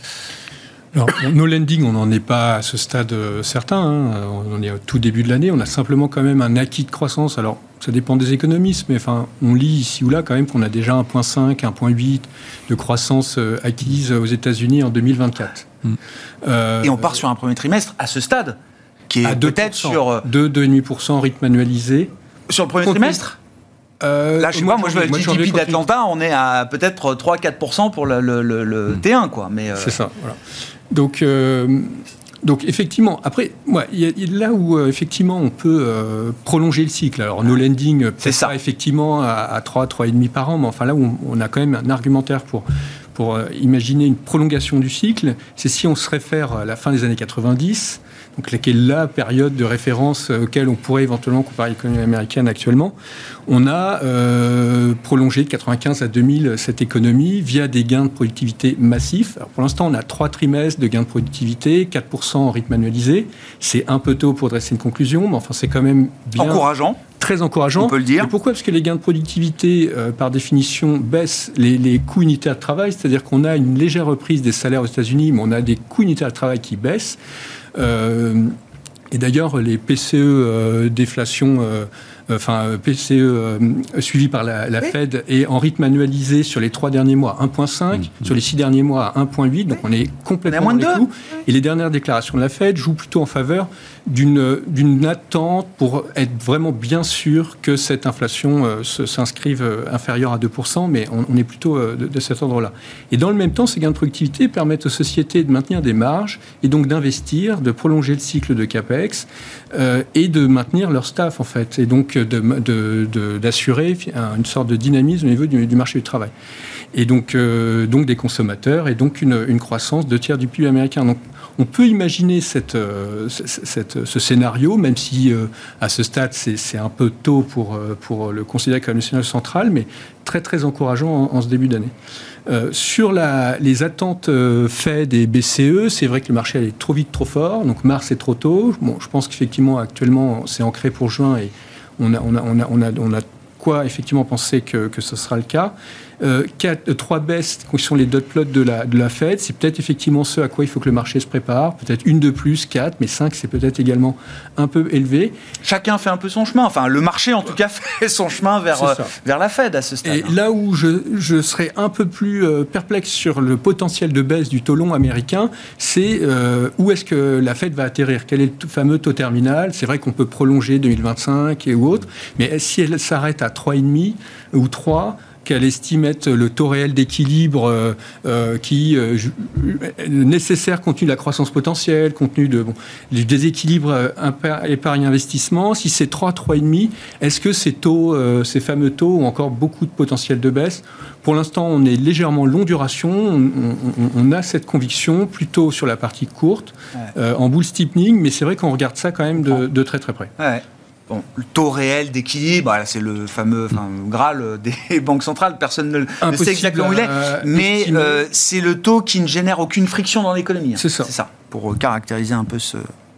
Alors, bon, no lending, on n'en est pas à ce stade euh, certain. Hein. On en est au tout début de l'année. On a simplement quand même un acquis de croissance. Alors, ça dépend des économistes, mais enfin, on lit ici ou là quand même qu'on a déjà un virgule cinq, un virgule huit de croissance euh, acquise aux États-Unis en deux mille vingt-quatre. Mmh. Euh, et on part sur un premier trimestre à ce stade, qui est à peut-être sur... deux virgule cinq pour cent rythme annualisé. Sur le premier Contre... trimestre Euh, Là, je sais pas, moi, je vois le G D P d'Atlanta, on est à peut-être trois à quatre pour cent pour le, le, le, le mmh. T un, quoi. Mais euh... C'est ça, voilà. Donc, euh, donc effectivement, après, ouais, y a, y a là où, euh, effectivement, on peut euh, prolonger le cycle. Alors, no lending, peut-être ça. Pas effectivement à, à trois, trois virgule cinq par an, mais enfin, là où on, on a quand même un argumentaire pour, pour euh, imaginer une prolongation du cycle, c'est si on se réfère à la fin des années quatre-vingt-dix, donc laquelle est la période de référence auquel on pourrait éventuellement comparer l'économie américaine actuellement. On a euh, prolongé de quatre-vingt-quinze à deux mille cette économie via des gains de productivité massifs. Alors pour l'instant, on a trois trimestres de gains de productivité, quatre pour cent en rythme annualisé. C'est un peu tôt pour dresser une conclusion, mais enfin c'est quand même bien... Encourageant. Très encourageant. On peut le dire. Et pourquoi ? Parce que les gains de productivité, euh, par définition, baissent les, les coûts unitaires de travail, c'est-à-dire qu'on a une légère reprise des salaires aux États-Unis, mais on a des coûts unitaires de travail qui baissent. Euh, et d'ailleurs, les P C E euh, déflation, euh, enfin P C E euh, suivi par la, la oui. Fed est en rythme annualisé sur les trois derniers mois un virgule cinq, mmh. sur les six derniers mois à un virgule huit, donc oui. on est complètement on est dans les clous. Et les dernières déclarations de la Fed jouent plutôt en faveur d'une, d'une attente pour être vraiment bien sûr que cette inflation euh, se, s'inscrive euh, inférieure à deux pour cent, mais on, on est plutôt euh, de, de cet ordre-là. Et dans le même temps, ces gains de productivité permettent aux sociétés de maintenir des marges et donc d'investir, de prolonger le cycle de CAPEX euh, et de maintenir leur staff en fait, et donc de, de, de, d'assurer une sorte de dynamisme au niveau du, du marché du travail. Et donc, euh, donc des consommateurs et donc une, une croissance de tiers du P I B américain. Donc, on peut imaginer cette, euh, cette, ce scénario, même si euh, à ce stade c'est, c'est un peu tôt pour, pour le considérer comme le scénario central, mais très très encourageant en, en ce début d'année. Euh, sur la, les attentes euh, Fed et B C E, c'est vrai que le marché allait trop vite, trop fort, donc mars est trop tôt. Bon, je pense qu'effectivement actuellement c'est ancré pour juin et on a, on a, on a, on a, on a quoi effectivement penser que, que ce sera le cas. Euh, quatre, trois baisses qui sont les dot plots de la, de la Fed, c'est peut-être effectivement ce à quoi il faut que le marché se prépare. Peut-être une de plus, quatre, mais cinq, c'est peut-être également un peu élevé. Chacun fait un peu son chemin. Enfin, le marché, en tout cas, fait son chemin vers, euh, vers la Fed à ce stade. Et là où je, je serais un peu plus euh, perplexe sur le potentiel de baisse du taux long américain, c'est euh, où est-ce que la Fed va atterrir ? Quel est le fameux taux terminal ? C'est vrai qu'on peut prolonger deux mille vingt-cinq et ou autre, mais si elle s'arrête à trois virgule cinq ou trois, qu'elle estime être le taux réel d'équilibre euh, euh, qui euh, nécessaire compte tenu de la croissance potentielle, compte tenu de, bon, du déséquilibre épargne-investissement. Si c'est trois, trois virgule cinq, est-ce que ces taux, euh, ces fameux taux ont encore beaucoup de potentiel de baisse ? Pour l'instant, on est légèrement long duration. On, on, on a cette conviction plutôt sur la partie courte, ouais. euh, en bull steepening, mais c'est vrai qu'on regarde ça quand même de, de très très près. Ouais. Bon, le taux réel d'équilibre, c'est le fameux enfin, Graal des banques centrales, personne ne, ne sait exactement où il est, mais euh, c'est le taux qui ne génère aucune friction dans l'économie. Hein. C'est ça. C'est ça, pour caractériser un peu ce,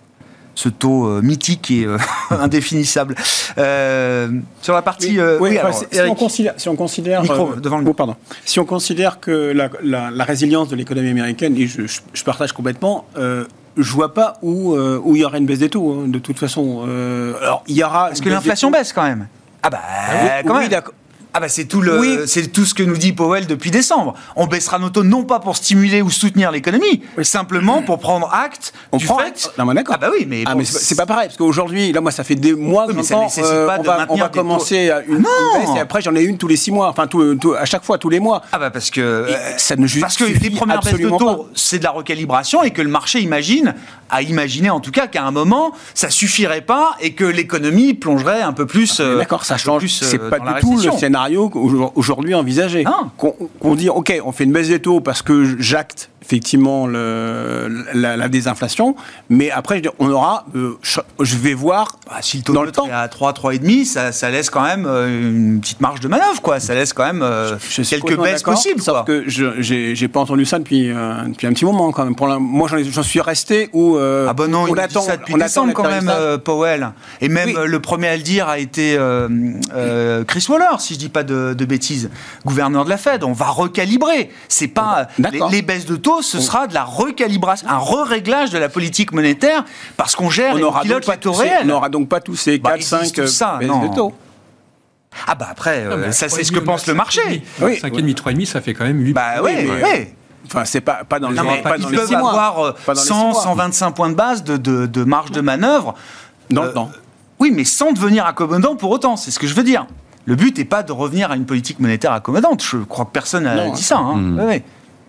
ce taux euh, mythique et euh, indéfinissable. Euh, sur la partie... Euh, oui, oui, alors, alors, si, si, on considère, si on considère... Micro, euh, devant le... oh, pardon. Si on considère que la, la, la résilience de l'économie américaine, et je, je, je partage complètement... Euh, je vois pas où euh, où il y aura une baisse des taux hein, de toute façon. Euh, alors il y aura. Est-ce que l'inflation baisse quand même ? Ah bah ah oui, quand oui, même. D'accord. Ah bah c'est tout le, oui. c'est tout ce que nous dit Powell depuis décembre. On baissera nos taux non pas pour stimuler ou soutenir l'économie, oui. simplement pour prendre acte on du prend fait. Acte. Non mais d'accord. Ah bah oui, mais, ah, bon, mais c'est, c'est pas pareil parce qu'aujourd'hui, là moi ça fait des mois que j'entends, euh, on va, on va commencer à une, ah une baisse et après j'en ai une tous les six mois, enfin tout, tout, à chaque fois tous les mois. Ah bah parce que euh, ça ne parce que les premières baisses de taux, pas. c'est de la recalibration et que le marché imagine, a imaginé en tout cas qu'à un moment ça suffirait pas et que l'économie plongerait un peu plus. Euh, d'accord, ça change. Plus, c'est euh, pas du tout le scénario aujourd'hui envisagé. Ah. Qu'on, qu'on dit, OK, on fait une baisse des taux parce que j'acte effectivement le, la, la désinflation, mais après on aura, euh, je vais voir bah, si le taux dans le temps est à trois, trois virgule cinq, ça, ça laisse quand même euh, une petite marge de manœuvre, quoi. Ça laisse quand même euh, je, je quelques baisses possibles. Sauf que je j'ai, j'ai pas entendu ça depuis, euh, depuis un petit moment quand même. Pour la, moi j'en, j'en suis resté où euh, ah ben non, on il attend dit ça depuis on décembre quand même, euh, Powell. Et même oui. euh, le premier à le dire a été euh, euh, Chris Waller, si je dis pas de, de bêtises, gouverneur de la Fed. On va recalibrer. C'est pas les, les baisses de taux, ce sera de la recalibration, un re-réglage de la politique monétaire parce qu'on gère on et pilote les taux réels. On n'aura donc pas tous ces quatre, cinq bah, ça, baisses non. de taux. Ah bah après, euh, non, ça c'est ce que pense le marché. Oui, cinq virgule cinq, trois virgule cinq, ça fait quand même huit. Bah oui, oui. oui. Enfin, c'est pas, pas dans les, non, mais pas ils dans peuvent les avoir cent, cent vingt-cinq points de base de, de, de marge de manœuvre. Non, euh, non. Oui, mais sans devenir accommodant pour autant, c'est ce que je veux dire. Le but n'est pas de revenir à une politique monétaire accommodante. Je crois que personne n'a dit ça. Hein. Mmh. Oui, oui.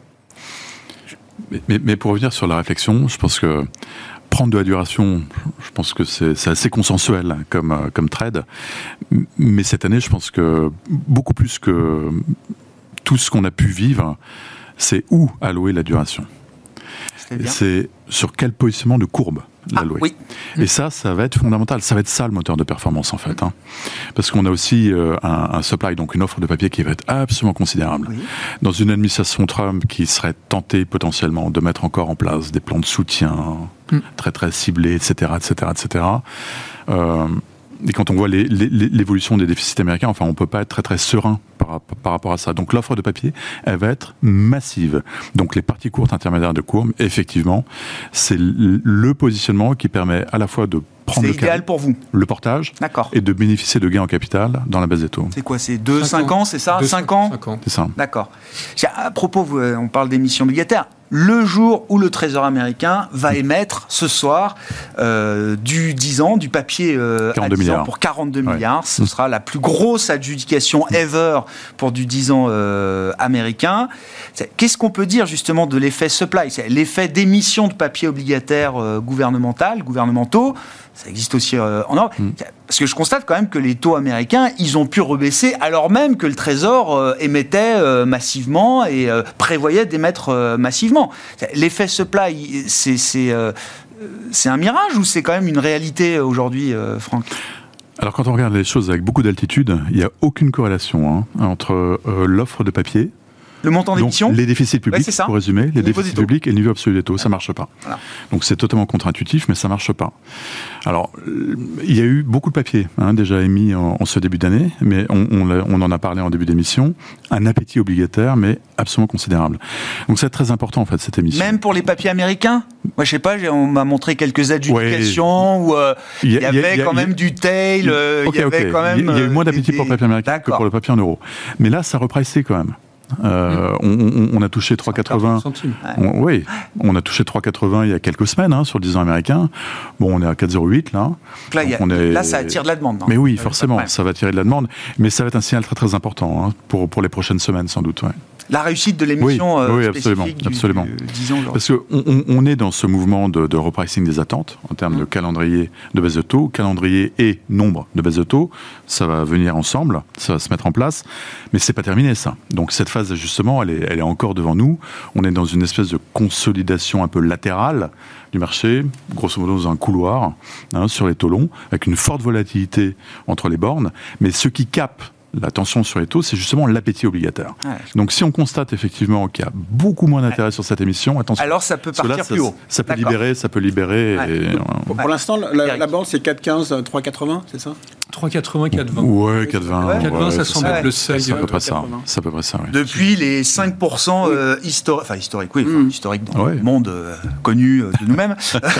Mais, mais, mais pour revenir sur la réflexion, je pense que prendre de la duration, je pense que c'est, c'est assez consensuel comme, comme trade. Mais cette année, je pense que beaucoup plus que tout ce qu'on a pu vivre, c'est où allouer la duration. C'est, c'est sur quel positionnement de courbe l'allouer. Ah, oui. Et ça, ça va être fondamental. Ça va être ça le moteur de performance en fait. Hein. Parce qu'on a aussi euh, un, un supply, donc une offre de papier qui va être absolument considérable. Oui. Dans une administration Trump qui serait tentée potentiellement de mettre encore en place des plans de soutien mm. très très ciblés, et cetera, et cetera, et cetera. Euh, Et quand on voit les, les, l'évolution des déficits américains, enfin, on ne peut pas être très très serein par, par rapport à ça. Donc l'offre de papier, elle va être massive. Donc les parties courtes intermédiaires de courbe, effectivement, c'est le positionnement qui permet à la fois de prendre c'est le, idéal pour vous. le portage D'accord. et de bénéficier de gains en capital dans la baisse des taux. C'est quoi, c'est deux, cinq ans, c'est ça, cinq ans, cinq ans. C'est ça. D'accord. À propos, on parle d'émissions obligataires. Le jour où le Trésor américain va émettre ce soir euh, du dix ans, du papier euh, à dix ans pour quarante-deux milliards. Ouais. Ce sera la plus grosse adjudication ever pour du dix ans euh, américain. Qu'est-ce qu'on peut dire justement de l'effet supply ? C'est l'effet d'émission de papier obligataire euh, gouvernemental, gouvernementaux. Ça existe aussi euh, en Europe. Mm. Parce que je constate quand même que les taux américains, ils ont pu rebaisser alors même que le Trésor euh, émettait euh, massivement et euh, prévoyait d'émettre euh, massivement. L'effet supply, c'est, c'est, euh, c'est un mirage ou c'est quand même une réalité aujourd'hui, euh, Franck ? Alors quand on regarde les choses avec beaucoup d'altitude, il n'y a aucune corrélation hein, entre euh, l'offre de papier, le montant d'émission, les déficits publics, ouais, pour résumer, les déficits publics et le niveau absolu des taux, ça ne marche pas. Voilà. Donc c'est totalement contre-intuitif, mais ça ne marche pas. Alors, il y a eu beaucoup de papiers hein, déjà émis en, en ce début d'année, mais on, on, on en a parlé en début d'émission, un appétit obligataire, mais absolument considérable. Donc c'est très important en fait cette émission. Même pour les papiers américains ? Moi je sais pas, on m'a montré quelques adjudications ouais. où euh, il y, y avait y a, y a, quand y a, même du tail, euh, okay, il y avait okay. quand même... Il y a eu moins d'appétit des... pour le papier américain D'accord. que pour le papier en euros. Mais là, ça repricé quand même. Euh, on, on, on a touché trois virgule quatre-vingts. On, oui, on a touché trois virgule quatre-vingts il y a quelques semaines hein, sur le dix ans américain. Bon, on est à quatre virgule zéro huit là. Donc là, y a, on est... là, ça attire de la demande. Non mais oui, forcément, ça va attirer de la demande. Mais ça va être un signal très très important hein, pour, pour les prochaines semaines sans doute. Ouais. La réussite de l'émission oui, euh, oui, spécifique absolument, du, absolument. Du, dix ans. Parce qu'on on, on est dans ce mouvement de, de repricing des attentes en termes mmh. de calendrier de baisse de taux, calendrier et nombre de baisse de taux. Ça va venir ensemble, ça va se mettre en place, mais c'est pas terminé ça. Donc cette phase d'ajustement, elle est, elle est encore devant nous. On est dans une espèce de consolidation un peu latérale du marché, grosso modo dans un couloir hein, sur les taux longs, avec une forte volatilité entre les bornes. Mais ce qui capte la tension sur les taux, c'est justement l'appétit obligataire. Ouais. Donc si on constate effectivement qu'il y a beaucoup moins d'intérêt ouais. sur cette émission, attention. Alors ça peut partir là, plus ça, haut. Ça peut D'accord. libérer, ça peut libérer. Ouais. Et, pour, pour l'instant, la, la bande c'est quatre virgule quinze, trois virgule quatre-vingts, c'est ça ? trois virgule quatre-vingts, quatre virgule vingt. Ouais, quatre virgule vingt. quatre virgule vingt, ouais, ça semble être le seuil. C'est à peu près ça. C'est à peu près ça, oui. Depuis les cinq pour cent euh, historiques, enfin historiques, oui, mmh. historiques dans ouais. le monde euh, connu euh, de nous-mêmes.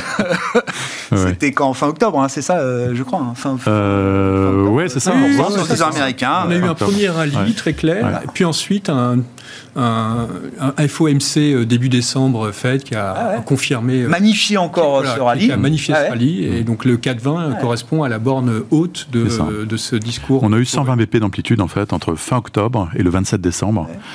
C'était ouais. quand fin octobre, hein, c'est ça, euh, je crois. Hein, fin, fin, euh, fin octobre, ouais, c'est ça. Oui, sur les américains. On a eu un premier rallye ouais. très clair, ouais. et puis ensuite un, un, un F O M C début décembre Fed qui a ah ouais. confirmé, magnifié encore voilà, ce rallye, qui a magnifié ah ce ouais. rallye, et donc le quatre virgule vingt ouais. correspond à la borne haute de, de ce discours. On a eu cent vingt B P d'amplitude en fait entre fin octobre et le vingt-sept décembre. Ouais.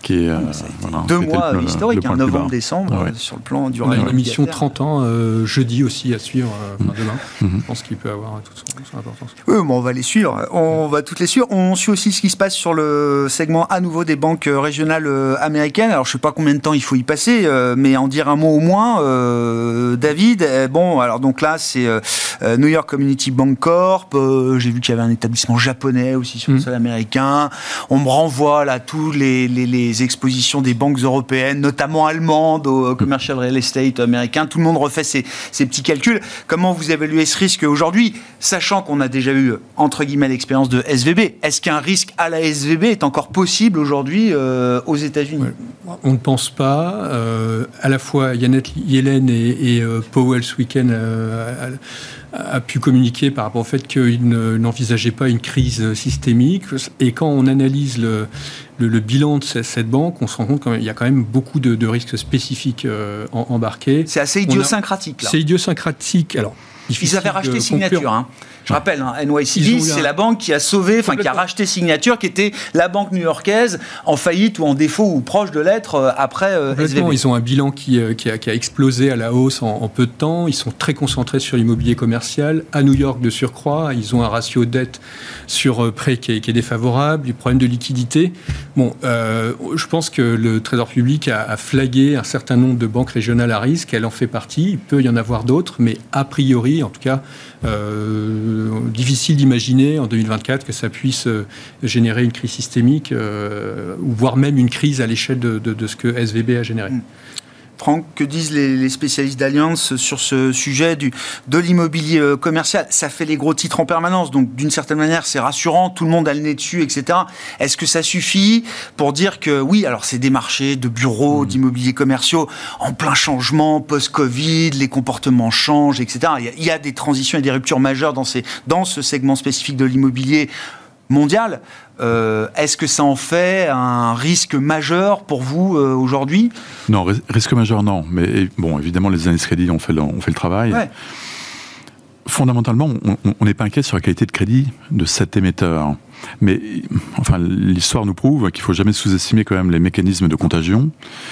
qui est... Euh, voilà, deux mois le, historiques, le hein, novembre-décembre, ouais. sur le plan du On a une émission trente ans, euh, jeudi aussi à suivre, euh, mmh. demain. Mmh. Je pense qu'il peut avoir toute son, son importance. Oui, bon, on va les suivre. On va toutes les suivre. On suit aussi ce qui se passe sur le segment à nouveau des banques régionales américaines. Alors, je ne sais pas combien de temps il faut y passer, euh, mais en dire un mot au moins. Euh, David, euh, bon, alors donc là, c'est euh, New York Community Bank Corp. Euh, j'ai vu qu'il y avait un établissement japonais aussi sur le mmh. sol américain. On me renvoie là tous les, les, les expositions des banques européennes, notamment allemandes, au commercial real estate américain. Tout le monde refait ses, ses petits calculs. Comment vous évaluez ce risque aujourd'hui, sachant qu'on a déjà eu, entre guillemets, l'expérience de S V B? Est-ce qu'un risque à la S V B est encore possible aujourd'hui euh, aux États-Unis? Ouais. On ne pense pas. Euh, à la fois, Janet Yellen et, et euh, Powell ce week-end euh, a, a pu communiquer par rapport au fait qu'il ne, n'envisageait pas une crise systémique. Et quand on analyse le, le, le bilan de cette, cette banque, on se rend compte qu'il y a quand même beaucoup de, de risques spécifiques euh, en, embarqués. C'est assez idiosyncratique, là. C'est idiosyncratique. Alors, ils avaient racheté Signature, hein. Je rappelle, hein, N Y C B, c'est un... la banque qui a sauvé, enfin qui a racheté Signature, qui était la banque new-yorkaise en faillite ou en défaut ou proche de l'être euh, après euh, S V B. Ils ont un bilan qui, euh, qui, a, qui a explosé à la hausse en, en peu de temps. Ils sont très concentrés sur l'immobilier commercial. À New York, de surcroît, ils ont un ratio de dette sur euh, prêt qui est, qui est défavorable, des problèmes de liquidité. Bon, euh, je pense que le Trésor public a, a flagué un certain nombre de banques régionales à risque. Elle en fait partie. Il peut y en avoir d'autres, mais a priori, en tout cas, euh, difficile d'imaginer en deux mille vingt-quatre que ça puisse euh, générer une crise systémique, euh, ou voire même une crise à l'échelle de, de, de ce que S V B a généré. Mmh. Franck, que disent les, les spécialistes d'Allianz sur ce sujet du, de l'immobilier commercial? Ça fait les gros titres en permanence, donc d'une certaine manière c'est rassurant, tout le monde a le nez dessus, et cetera. Est-ce que ça suffit pour dire que oui, alors c'est des marchés de bureaux, mmh. d'immobilier commerciaux en plein changement, post-Covid, les comportements changent, et cetera. Il y a, il y a des transitions et des ruptures majeures dans, ces, dans ce segment spécifique de l'immobilier mondial. Euh, est-ce que ça en fait un risque majeur pour vous euh, aujourd'hui? Non, risque majeur non, mais bon, évidemment les analystes crédit ont fait le, ont fait le travail. Ouais. Fondamentalement, on n'est pas inquiet sur la qualité de crédit de cet émetteur. Mais enfin, l'histoire nous prouve qu'il ne faut jamais sous-estimer quand même les mécanismes de contagion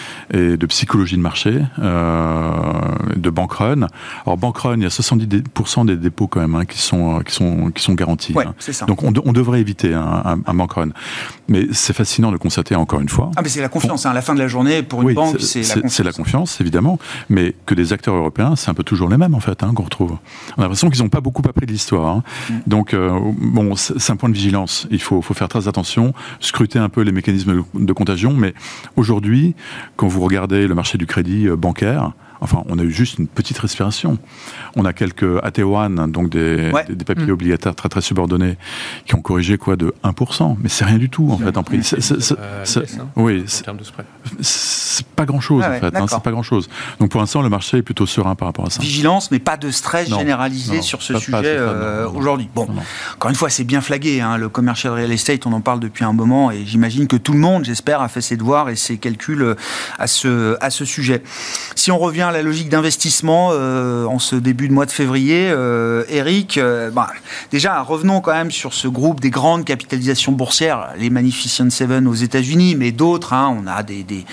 et de psychologie de marché, euh, de bank run. Alors bank run, il y a soixante-dix pour cent des dépôts quand même hein, qui sont qui sont qui sont garantis. Ouais, hein. C'est ça. Donc on, de, on devrait éviter un, un, un bank run. Mais c'est fascinant de constater encore une fois. Ah mais c'est la confiance. Bon, hein, à la fin de la journée, pour une oui, banque, c'est, c'est, c'est la confiance. C'est la confiance, évidemment. Mais que des acteurs européens, c'est un peu toujours les mêmes en fait hein, qu'on retrouve. On a l'impression qu'ils n'ont pas beaucoup appris de l'histoire. Hein. Mm. Donc euh, bon, c'est, c'est un point de vigilance. Il faut faut faire très attention, scruter un peu les mécanismes de contagion, mais aujourd'hui, quand vous regardez le marché du crédit bancaire, enfin, on a eu juste une petite respiration. On a quelques A T un, donc des, ouais. des, des papiers mmh. obligataires très très subordonnés, qui ont corrigé quoi de un pour cent. Mais c'est rien du tout en fait en prix. C'est, c'est, c'est, c'est, hein, oui, en termes de spread. C'est pas grand chose ah ouais, en fait. Hein, c'est pas grand chose. Donc pour l'instant, le marché est plutôt serein par rapport à ça. Vigilance, mais pas de stress non, généralisé non, sur ce pas, sujet pas, euh, non, aujourd'hui. Bon, non, non. Encore une fois, c'est bien flagué. Hein, le commercial real estate, on en parle depuis un moment, et j'imagine que tout le monde, j'espère, a fait ses devoirs et ses calculs à ce à ce sujet. Si on revient à la logique d'investissement euh, en ce début de mois de février, euh, Eric, euh, bah, déjà revenons quand même sur ce groupe des grandes capitalisations boursières, les Magnificent Seven aux États-Unis, mais d'autres, hein, on a des, des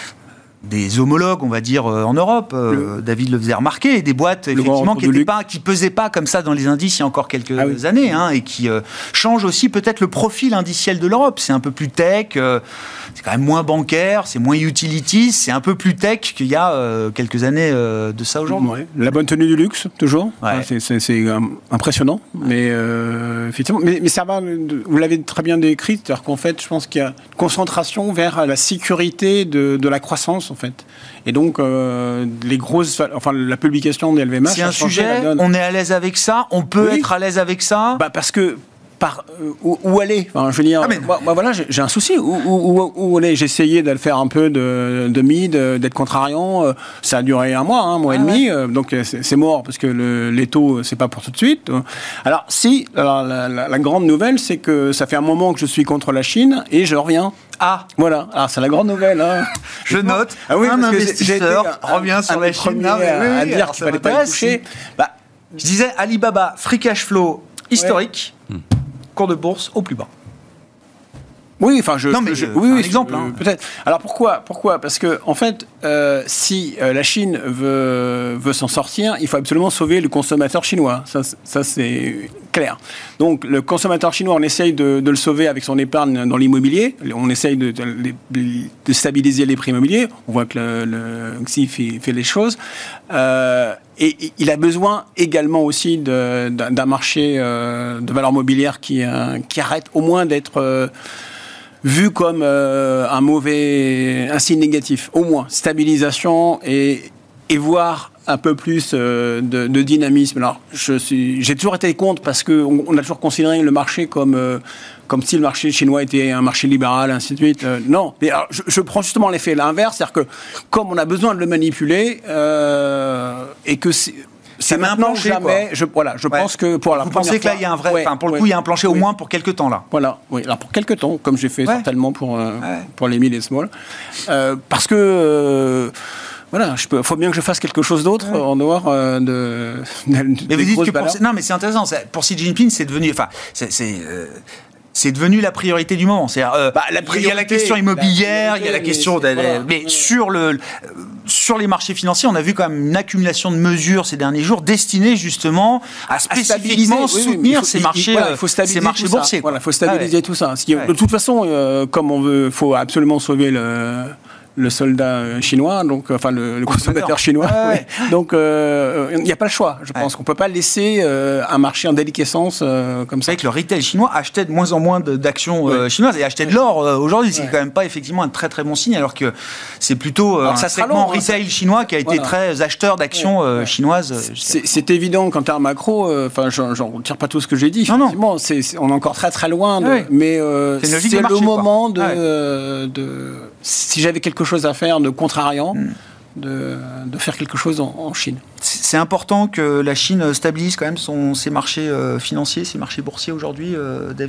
des homologues, on va dire, euh, en Europe. Euh, le, David le faisait remarquer, des boîtes effectivement qui n'étaient pas, qui pesaient pas comme ça dans les indices il y a encore quelques ah oui. années, hein, et qui euh, changent aussi peut-être le profil indiciel de l'Europe. C'est un peu plus tech, euh, c'est quand même moins bancaire, c'est moins utilities, c'est un peu plus tech qu'il y a euh, quelques années euh, de ça aujourd'hui. Ouais. La bonne tenue du luxe, toujours. Ouais. C'est, c'est, c'est euh, impressionnant, ouais. mais euh, effectivement, mais, mais ça va. Vous l'avez très bien décrit, c'est-à-dire qu'en fait, je pense qu'il y a une concentration vers la sécurité de, de la croissance. En fait. Et donc, euh, les grosses, enfin, la publication des L V M H... C'est un sujet, on est à l'aise avec ça, on peut oui. être à l'aise avec ça. Bah parce que, par, euh, où, où aller enfin, je veux dire, ah mais... moi, moi, voilà, j'ai, j'ai un souci. Où, où, où aller J'ai essayé de faire un peu de, de mid, d'être contrariant. Ça a duré un mois, un mois ah et demi. Ouais. Donc, c'est, c'est mort parce que le, les taux, c'est pas pour tout de suite. Alors, si, alors, la, la, la grande nouvelle, c'est que ça fait un moment que je suis contre la Chine et je reviens. Ah, voilà. Alors, c'est la grande nouvelle. Hein. Je note. Ah oui, un investisseur un, revient un, sur un la Chine. À, oui, oui, à dire qu'il fallait pas y toucher. Bah, je disais Alibaba, free cash flow historique, ouais. cours de bourse au plus bas. Oui, enfin, je. Non, mais je, je, oui, un oui, exemple. Euh, Hein. Peut-être. Alors pourquoi Pourquoi Parce que en fait, euh, si euh, la Chine veut veut s'en sortir, il faut absolument sauver le consommateur chinois. Ça, ça c'est clair. Donc le consommateur chinois, on essaye de, de le sauver avec son épargne dans l'immobilier. On essaye de, de, de stabiliser les prix immobiliers. On voit que le, le Xi fait, fait les choses. Euh, Et il a besoin également aussi de, d'un, d'un marché euh, de valeurs mobilières qui, euh, qui arrête au moins d'être euh, vu comme euh, un mauvais, un signe négatif. Au moins, stabilisation et, et voir un peu plus euh, de, de dynamisme. Alors, je suis, j'ai toujours été contre parce qu'on on a toujours considéré le marché comme... Euh, comme si le marché chinois était un marché libéral, ainsi de suite. Euh, non, mais alors, je, je prends justement l'effet l'inverse, c'est-à-dire que comme on a besoin de le manipuler, euh, et que c'est, c'est maintenant plancher, jamais, quoi. je, voilà, je Ouais. pense que pour la Vous première pensez que là, fois- il y a un vrai... Ouais, Enfin, pour le ouais. coup, il y a un plancher au Oui. moins pour quelques temps, là. Voilà, oui, alors pour quelques temps, comme j'ai fait Ouais. certainement pour, euh, Ouais. pour les mid et small. Euh, parce que... Euh, voilà, il faut bien que je fasse quelque chose d'autre ouais. en dehors euh, de, de. Mais vous dites que pour, non, mais c'est intéressant. C'est, pour Xi Jinping, c'est devenu, enfin, c'est, c'est, euh, c'est devenu la priorité du moment. C'est, euh, bah, la priorité, il y a la question immobilière, il y a la question, mais, de, voilà, mais ouais. sur le, euh, sur les marchés financiers, on a vu quand même une accumulation de mesures ces derniers jours destinées justement à, à spécifiquement oui, soutenir oui, ces, il, marchés, il, voilà, il faut ces marchés boursiers. Voilà, il faut stabiliser ah ouais. tout ça. Parce que, ouais. De toute façon, euh, comme on veut, faut absolument sauver le. le soldat chinois, donc enfin le, le consommateur chinois. Ah ouais. Oui. Donc il euh, n'y a pas le choix. Je pense ouais. qu'on peut pas laisser euh, un marché en déliquescence euh, comme ça. C'est vrai que le retail chinois achetait de moins en moins de, d'actions euh, ouais. chinoises et achetait de l'or euh, aujourd'hui, ce qui ouais. est quand même pas effectivement un très très bon signe, alors que c'est plutôt euh, un ça segment long, retail hein, chinois qui a été voilà. très acheteur d'actions ouais. euh, chinoises. C'est, c'est évident qu'en termes macro, enfin, euh, j'en retire pas tout ce que j'ai dit. Non, non. C'est, c'est, on est encore très très loin, de, ouais. mais euh, c'est, c'est le marché, moment de, ouais. euh, de. Si j'avais quelque chose à faire de contrariant, mmh. de, de faire quelque chose en, en Chine. C'est important que la Chine stabilise quand même son, ses marchés euh, financiers, ses marchés boursiers aujourd'hui, euh, David ?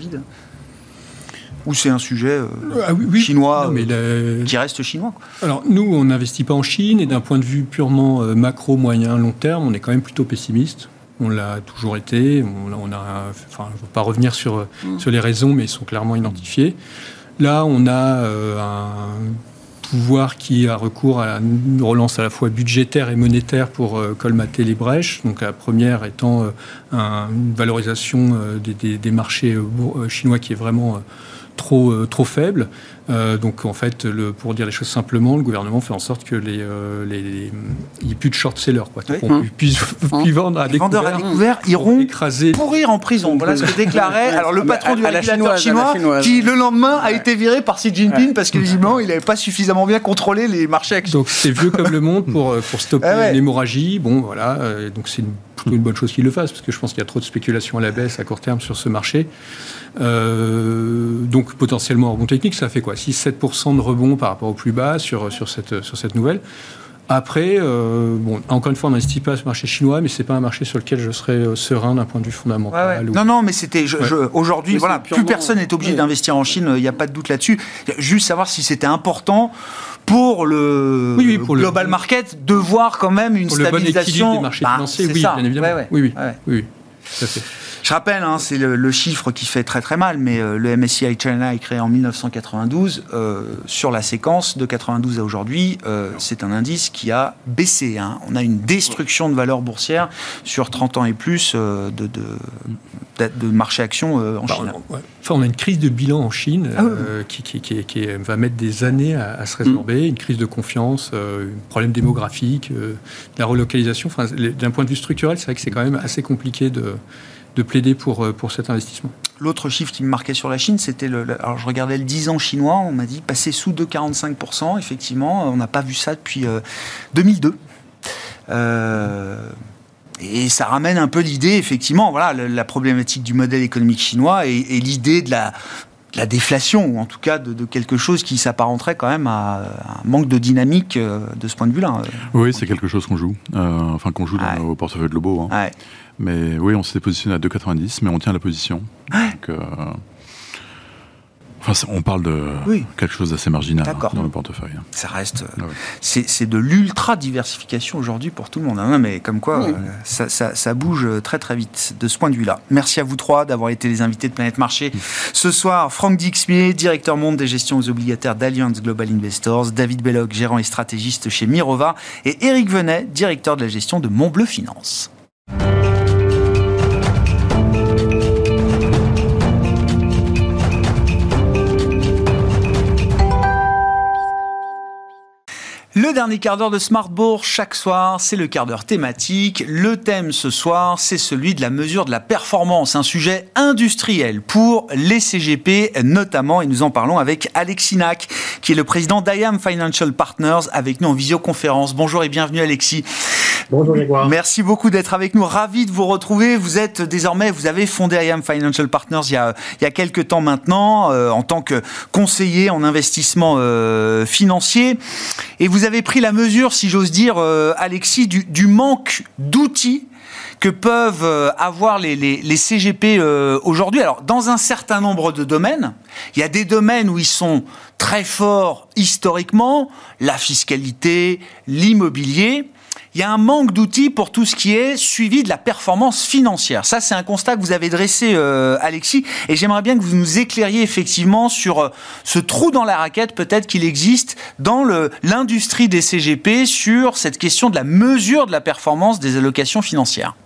Ou c'est un sujet euh, ah, oui, oui. chinois non, mais euh, la... qui reste chinois quoi. Alors nous, on n'investit pas en Chine et d'un point de vue purement euh, macro, moyen, long terme, on est quand même plutôt pessimiste. On l'a toujours été. On, on a, enfin, je ne veux pas revenir sur, mmh. sur les raisons, mais ils sont clairement identifiés. Là, on a euh, un pouvoir qui a recours à une relance à la fois budgétaire et monétaire pour euh, colmater les brèches. Donc la première étant euh, un, une valorisation euh, des, des, des marchés euh, chinois qui est vraiment euh, trop, euh, trop faible. Euh, donc en fait, le, pour dire les choses simplement, le gouvernement fait en sorte que les, euh, les, les il n'y ait plus de short-sellers, quoi. Oui. On mmh. puisse, puisse vendre à les découvert. vendeurs à découvert iront écraser, pourrir en prison. Voilà ce que déclarait alors le patron à, du régulateur chinois, chinois, qui le lendemain a ouais. été viré par Xi Jinping ouais. parce que visiblement il n'avait pas suffisamment bien contrôlé les marchés actions. Donc c'est vieux comme le monde pour, pour stopper ah ouais. l'hémorragie. Bon voilà, euh, donc c'est une, plutôt une bonne chose qu'il le fasse parce que je pense qu'il y a trop de spéculation à la baisse à court terme sur ce marché. Euh, donc potentiellement en rebond technique, ça fait quoi, six à sept pour cent de rebond par rapport au plus bas sur, sur, cette, sur cette nouvelle. Après, euh, bon, encore une fois, on n'investit pas à ce marché chinois, mais c'est pas un marché sur lequel je serais euh, serein d'un point de vue fondamental. Ouais, ouais. Ou... Non, non, mais c'était je, ouais. je, aujourd'hui, mais voilà, plus personne n'est obligé ouais. d'investir en Chine. Il n'y a pas de doute là-dessus. Juste savoir si c'était important pour le, oui, oui, pour global le... market de voir quand même une pour stabilisation le bon équilibre des marchés bah, financiers. Oui, ça. bien évidemment. Ouais, ouais. Oui, oui, ouais, ouais. oui, oui, tout à fait. Je rappelle, hein, c'est le, le chiffre qui fait très très mal, mais euh, le M S C I China est créé en dix-neuf cent quatre-vingt-douze. Euh, sur la séquence de quatre-vingt-douze à aujourd'hui, euh, c'est un indice qui a baissé. Hein. On a une destruction de valeur boursière sur trente ans et plus euh, de, de, de, de marché actions euh, en bah, Chine. Ouais. Enfin, on a une crise de bilan en Chine ah, euh, oui. qui, qui, qui, qui va mettre des années à, à se résorber, mmh. une crise de confiance, euh, un problème démographique, euh, de la relocalisation. Enfin, d'un point de vue structurel, c'est vrai que c'est quand même assez compliqué de... de plaider pour, pour cet investissement. L'autre chiffre qui me marquait sur la Chine, c'était le... Alors, je regardais le dix ans chinois, on m'a dit passer sous deux virgule quarante-cinq pour cent. Effectivement, on n'a pas vu ça depuis euh, deux mille deux. Euh, et ça ramène un peu l'idée, effectivement, voilà, la problématique du modèle économique chinois et, et l'idée de la... la déflation, ou en tout cas de, de quelque chose qui s'apparenterait quand même à, à un manque de dynamique euh, de ce point de vue-là. Oui, c'est quelque chose qu'on joue, euh, enfin qu'on joue dans ouais. nos portefeuilles de Lobo. Hein. Ouais. Mais oui, on s'était positionné à deux virgule quatre-vingt-dix, mais on tient la position. Ouais. Donc, euh, Enfin, on parle de oui. quelque chose d'assez marginal hein, dans le portefeuille. Ça reste... Ah ouais. c'est, c'est de l'ultra-diversification aujourd'hui pour tout le monde. Hein, mais comme quoi, oui. euh, ça, ça, ça bouge très très vite de ce point de vue-là. Merci à vous trois d'avoir été les invités de Planète Marché. Mmh. Ce soir, Franck Dixmier, directeur monde des gestions aux obligataires d'Allianz Global Investors, David Belloc, gérant et stratégiste chez Mirova, et Éric Venet, directeur de la gestion de Montbleu Finance. Le dernier quart d'heure de Smart Bourse, chaque soir, c'est le quart d'heure thématique. Le thème ce soir, c'est celui de la mesure de la performance, un sujet industriel pour les C G P notamment, et nous en parlons avec Alexis Nac, qui est le président d'I A M Financial Partners, avec nous en visioconférence. Bonjour et bienvenue Alexis. Bonjour Grégoire. Merci beaucoup d'être avec nous, ravi de vous retrouver. Vous êtes désormais, vous avez fondé I A M Financial Partners il y a, il y a quelques temps maintenant, euh, en tant que conseiller en investissement euh, financier. Et vous avez pris la mesure, si j'ose dire, euh, Alexis, du, du manque d'outils que peuvent euh, avoir les, les, les C G P euh, aujourd'hui. Alors, dans un certain nombre de domaines, il y a des domaines où ils sont très forts historiquement, la fiscalité, l'immobilier. Il y a un manque d'outils pour tout ce qui est suivi de la performance financière. Ça, c'est un constat que vous avez dressé, euh, Alexis, et j'aimerais bien que vous nous éclairiez effectivement sur euh, ce trou dans la raquette, peut-être qu'il existe dans le, l'industrie des C G P sur cette question de la mesure de la performance des allocations financières.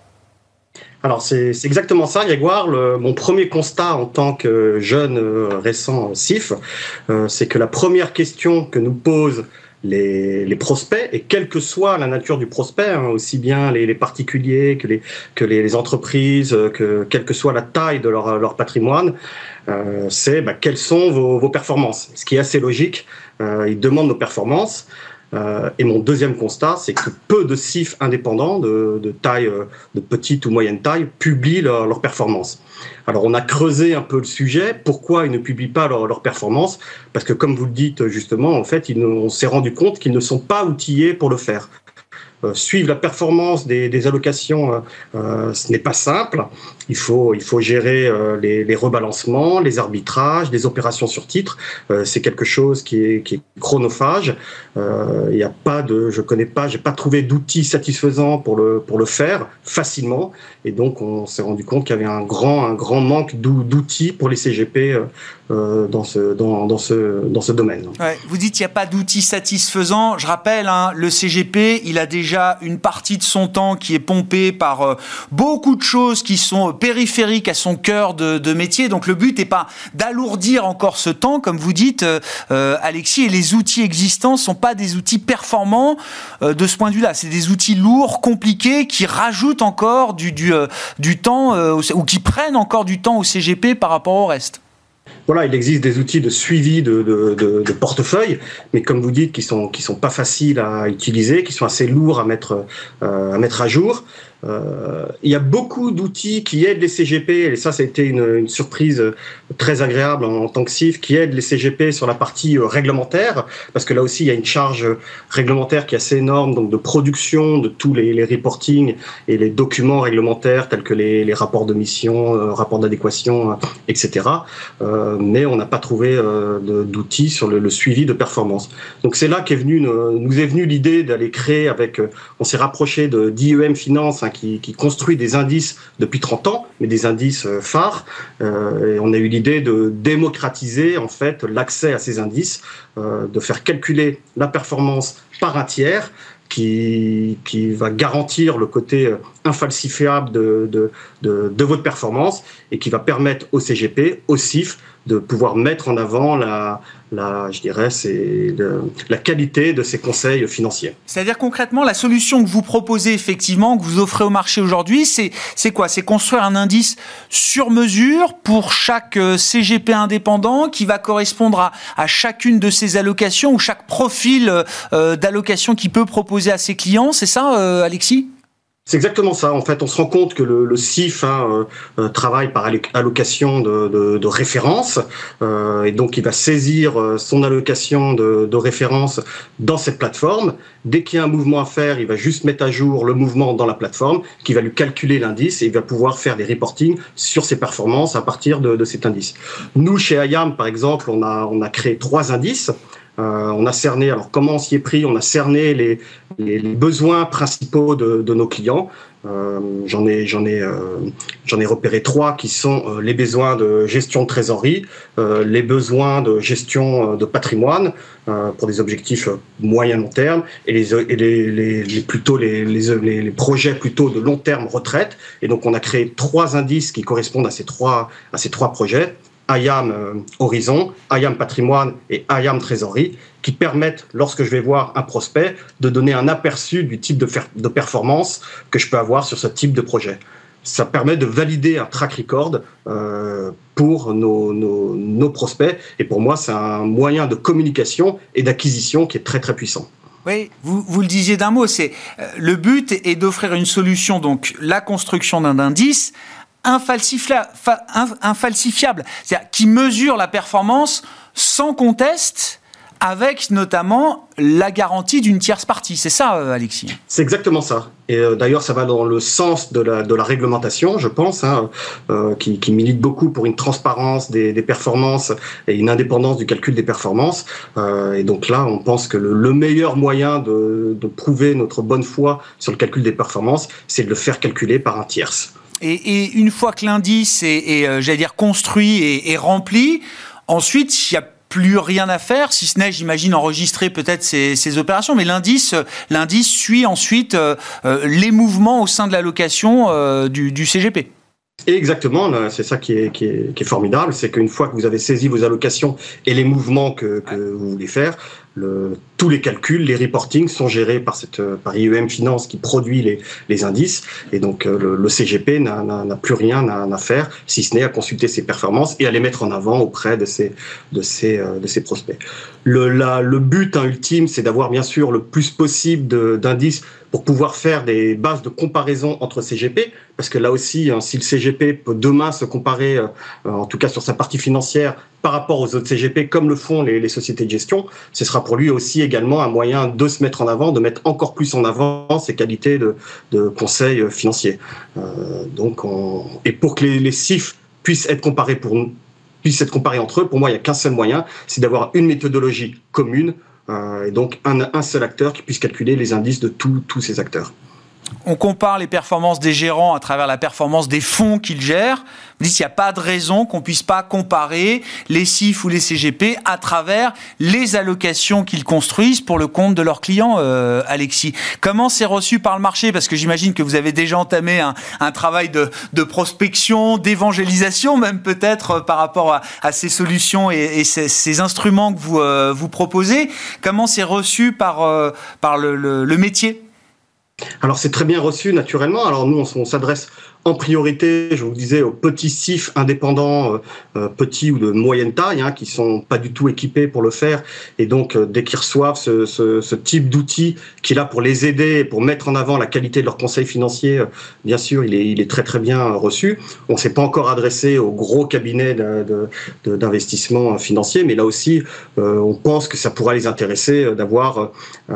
Alors, c'est, c'est exactement ça, Grégoire. Le, mon premier constat en tant que jeune euh, récent C I F, euh, c'est que la première question que nous pose Les, les prospects, et quelle que soit la nature du prospect, hein, aussi bien les, les particuliers que les, que les, les entreprises, que quelle que soit la taille de leur, leur patrimoine, euh, c'est bah, quelles sont vos, vos performances. Ce qui est assez logique, euh, ils demandent nos performances. Euh, et mon deuxième constat, c'est que peu de C I F indépendants de, de taille, de petite ou moyenne taille, publient leurs leur performances. Alors, on a creusé un peu le sujet. Pourquoi ils ne publient pas leurs leur performances ? Parce que, comme vous le dites justement, en fait, ils, on s'est rendu compte qu'ils ne sont pas outillés pour le faire. Euh, suivre la performance des, des allocations, euh, euh, ce n'est pas simple. Il faut, il faut gérer euh, les, les rebalancements, les arbitrages, les opérations sur titre. Euh, c'est quelque chose qui est, qui est chronophage. Euh, il y a pas de, je connais pas, j'ai pas trouvé d'outils satisfaisants pour le pour le faire facilement. Et donc, on s'est rendu compte qu'il y avait un grand, un grand manque d'outils pour les C G P euh, dans ce, dans, dans ce, dans ce domaine. Ouais, vous dites qu'il n'y a pas d'outils satisfaisants. Je rappelle, hein, le C G P, il a déjà une partie de son temps qui est pompée par euh, beaucoup de choses qui sont périphériques à son cœur de, de métier. Donc, le but n'est pas d'alourdir encore ce temps, comme vous dites, euh, Alexis, et les outils existants ne sont pas des outils performants euh, de ce point de vue-là. C'est des outils lourds, compliqués, qui rajoutent encore du, du, euh, du temps, euh, ou qui prennent encore du temps au C G P par rapport au reste. Voilà, il existe des outils de suivi de, de, de, de portefeuille, mais comme vous dites, qui sont qui sont pas faciles à utiliser, qui sont assez lourds à mettre euh, à mettre à jour. Euh, il y a beaucoup d'outils qui aident les C G P, et ça, ça a été une, une surprise très agréable en, en tant que C I F, qui aident les C G P sur la partie euh, réglementaire, parce que là aussi, il y a une charge réglementaire qui est assez énorme, donc de production de tous les, les reporting et les documents réglementaires, tels que les, les rapports de mission, euh, rapports d'adéquation, euh, et cetera. Euh, mais on n'a pas trouvé euh, de, d'outils sur le, le suivi de performance. Donc c'est là qu'est venu, nous est venue l'idée d'aller créer avec, euh, on s'est rapproché de d'I E M Finance, hein, Qui, qui construit des indices depuis trente ans, mais des indices euh, phares. Euh, et on a eu l'idée de démocratiser en fait l'accès à ces indices, euh, de faire calculer la performance par un tiers qui, qui va garantir le côté infalsifiable de, de, de, de votre performance et qui va permettre au C G P, au C I F, de pouvoir mettre en avant la, la, je dirais, c'est le, la qualité de ces conseils financiers. C'est-à-dire concrètement, la solution que vous proposez effectivement, que vous offrez au marché aujourd'hui, c'est, c'est quoi ? C'est construire un indice sur mesure pour chaque C G P indépendant qui va correspondre à, à chacune de ses allocations ou chaque profil euh, d'allocation qu'il peut proposer à ses clients. C'est ça, euh, Alexis ? C'est exactement ça. En fait, on se rend compte que le, le C I F hein, euh, travaille par allocation de, de, de référence, euh, et donc il va saisir euh, son allocation de, de référence dans cette plateforme. Dès qu'il y a un mouvement à faire, il va juste mettre à jour le mouvement dans la plateforme, qui va lui calculer l'indice et il va pouvoir faire des reportings sur ses performances à partir de, de cet indice. Nous, chez I A M, par exemple, on a, on a créé trois indices. Euh, on a cerné, alors comment on s'y est pris? On a cerné les, les, les besoins principaux de, de nos clients. Euh, j'en ai, j'en ai, euh, j'en ai repéré trois qui sont euh, les besoins de gestion de trésorerie, euh, les besoins de gestion de patrimoine euh, pour des objectifs moyen long terme, et les, et les, les, les plutôt les, les, les projets plutôt de long terme retraite. Et donc on a créé trois indices qui correspondent à ces trois, à ces trois projets. I A M euh, Horizon, I A M Patrimoine et I A M Trésorerie, qui permettent, lorsque je vais voir un prospect, de donner un aperçu du type de, de performance que je peux avoir sur ce type de projet. Ça permet de valider un track record euh, pour nos, nos, nos prospects. Et pour moi, c'est un moyen de communication et d'acquisition qui est très, très puissant. Oui, vous, vous le disiez d'un mot, c'est, euh, le but est d'offrir une solution, donc la construction d'un indice, infalsifiable, infalsifiable, c'est-à-dire qui mesure la performance sans conteste, avec notamment la garantie d'une tierce partie. C'est ça, Alexis? C'est exactement ça. Et euh, d'ailleurs, ça va dans le sens de la, de la réglementation, je pense, hein, euh, qui, qui milite beaucoup pour une transparence des, des performances et une indépendance du calcul des performances. Euh, et donc là, on pense que le, le meilleur moyen de, de prouver notre bonne foi sur le calcul des performances, c'est de le faire calculer par un tierce. Et, et une fois que l'indice est, est euh, j'allais dire, construit et, et rempli, ensuite, il n'y a plus rien à faire, si ce n'est, j'imagine, enregistrer peut-être ces, ces opérations, mais l'indice, l'indice suit ensuite euh, euh, les mouvements au sein de l'allocation euh, du, du C G P. Exactement, c'est ça qui est, qui est, qui est formidable, c'est qu'une fois que vous avez saisi vos allocations et les mouvements que, que ouais. vous voulez faire, le, tous les calculs, les reportings sont gérés par, cette, par I E M Finance qui produit les, les indices, et donc le, le C G P n'a, n'a, n'a plus rien à, à faire, si ce n'est à consulter ses performances et à les mettre en avant auprès de ses, de ses, de ses prospects. Le, la, le but hein, ultime, c'est d'avoir bien sûr le plus possible de, d'indices pour pouvoir faire des bases de comparaison entre C G P, parce que là aussi, hein, si le C G P peut demain se comparer, euh, en tout cas sur sa partie financière, par rapport aux autres C G P, comme le font les, les sociétés de gestion, ce sera pour lui aussi également un moyen de se mettre en avant, de mettre encore plus en avant ses qualités de, de conseil financier. Euh, donc on... Et pour que les, les C I F puissent être comparés pour puissent être comparés entre eux, pour moi, il n'y a qu'un seul moyen, c'est d'avoir une méthodologie commune, euh, et donc un, un seul acteur qui puisse calculer les indices de tous tous ces acteurs. On compare les performances des gérants à travers la performance des fonds qu'ils gèrent. Vous dites qu'il n'y a pas de raison qu'on ne puisse pas comparer les C I F ou les C G P à travers les allocations qu'ils construisent pour le compte de leurs clients, euh, Alexis. Comment c'est reçu par le marché? Parce que j'imagine que vous avez déjà entamé un, un travail de, de prospection, d'évangélisation même peut-être par rapport à, à ces solutions et, et ces, ces instruments que vous, euh, vous proposez. Comment c'est reçu par, euh, par le, le, le métier? Alors c'est très bien reçu naturellement. Alors nous on, on s'adresse en priorité, je vous le disais, aux petits C I F indépendants, euh, petits ou de moyenne taille, hein, qui sont pas du tout équipés pour le faire. Et donc euh, dès qu'ils reçoivent ce, ce, ce type d'outil qui est là pour les aider, pour mettre en avant la qualité de leur conseil financier, euh, bien sûr il est, il est très très bien reçu. On s'est pas encore adressé aux gros cabinets de, de, de, d'investissement financier, mais là aussi euh, on pense que ça pourra les intéresser d'avoir euh,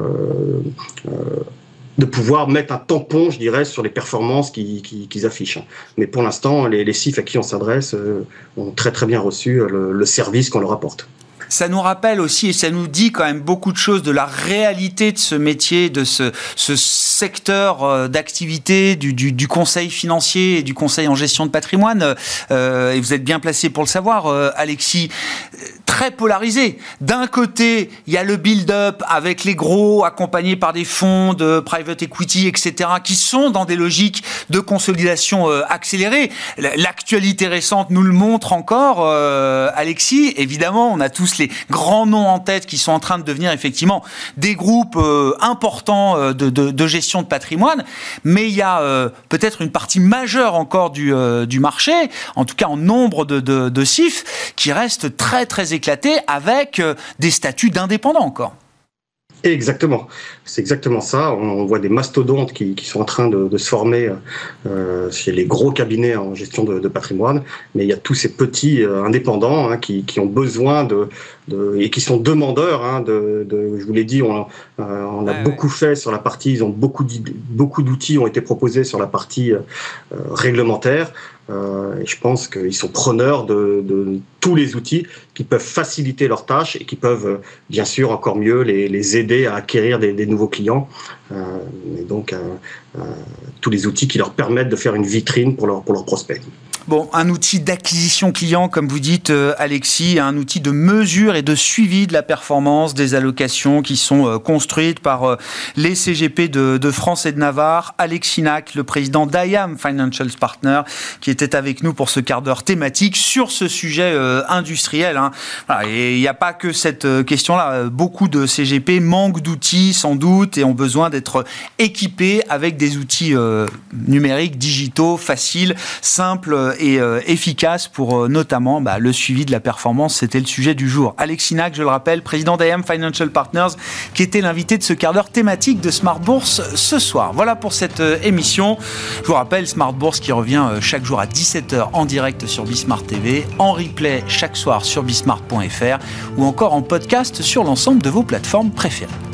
euh, de pouvoir mettre un tampon, je dirais, sur les performances qu'ils, qu'ils, qu'ils affichent. Mais pour l'instant, les, les C I F à qui on s'adresse euh, ont très très bien reçu le, le service qu'on leur apporte. Ça nous rappelle aussi, et ça nous dit quand même beaucoup de choses de la réalité de ce métier, de ce, ce secteur d'activité du, du, du conseil financier et du conseil en gestion de patrimoine. Euh, et vous êtes bien placé pour le savoir, euh, Alexis. Très polarisé. D'un côté, il y a le build-up avec les gros accompagnés par des fonds de private equity, et cetera, qui sont dans des logiques de consolidation euh, accélérée. L'actualité récente nous le montre encore, euh, Alexis. Évidemment, on a tous les grands noms en tête qui sont en train de devenir effectivement des groupes euh, importants euh, de, de, de gestion de patrimoine, mais il y a euh, peut-être une partie majeure encore du, euh, du marché, en tout cas en nombre de, de, de C I F, qui reste très très éclaté avec euh, des statuts d'indépendants encore. Exactement. c'est exactement ça. On voit des mastodontes qui, qui sont en train de, de se former euh, chez les gros cabinets en gestion de, de patrimoine, mais il y a tous ces petits euh, indépendants hein, qui, qui ont besoin de, de et qui sont demandeurs hein, de, de. Je vous l'ai dit, on, euh, on a ouais, beaucoup ouais. fait sur la partie. Ils ont beaucoup beaucoup d'outils ont été proposés sur la partie euh, réglementaire. Euh, et je pense qu'ils sont preneurs de, de tous les outils qui peuvent faciliter leurs tâches et qui peuvent, bien sûr, encore mieux les, les aider à acquérir des, des nouveaux clients. Euh, et donc, euh, euh, tous les outils qui leur permettent de faire une vitrine pour, leur, pour leurs prospects. Bon, un outil d'acquisition client, comme vous dites, euh, Alexis, un outil de mesure et de suivi de la performance des allocations qui sont euh, construites par euh, les C G P de, de France et de Navarre. Alexis Nac, le président d'I A M Financial Partners, qui était avec nous pour ce quart d'heure thématique sur ce sujet euh, industriel. Hein. Voilà, et il n'y a pas que cette euh, question-là. Beaucoup de C G P manquent d'outils, sans doute, et ont besoin d'être équipés avec des outils euh, numériques, digitaux, faciles, simples et euh, efficace pour euh, notamment bah, le suivi de la performance. C'était le sujet du jour. Alexis Nac, je le rappelle, président d'I A M Financial Partners, qui était l'invité de ce quart d'heure thématique de Smart Bourse ce soir. Voilà pour cette euh, émission. Je vous rappelle, Smart Bourse qui revient euh, chaque jour à dix-sept heures en direct sur Bismart T V, en replay chaque soir sur bismart point f r ou encore en podcast sur l'ensemble de vos plateformes préférées.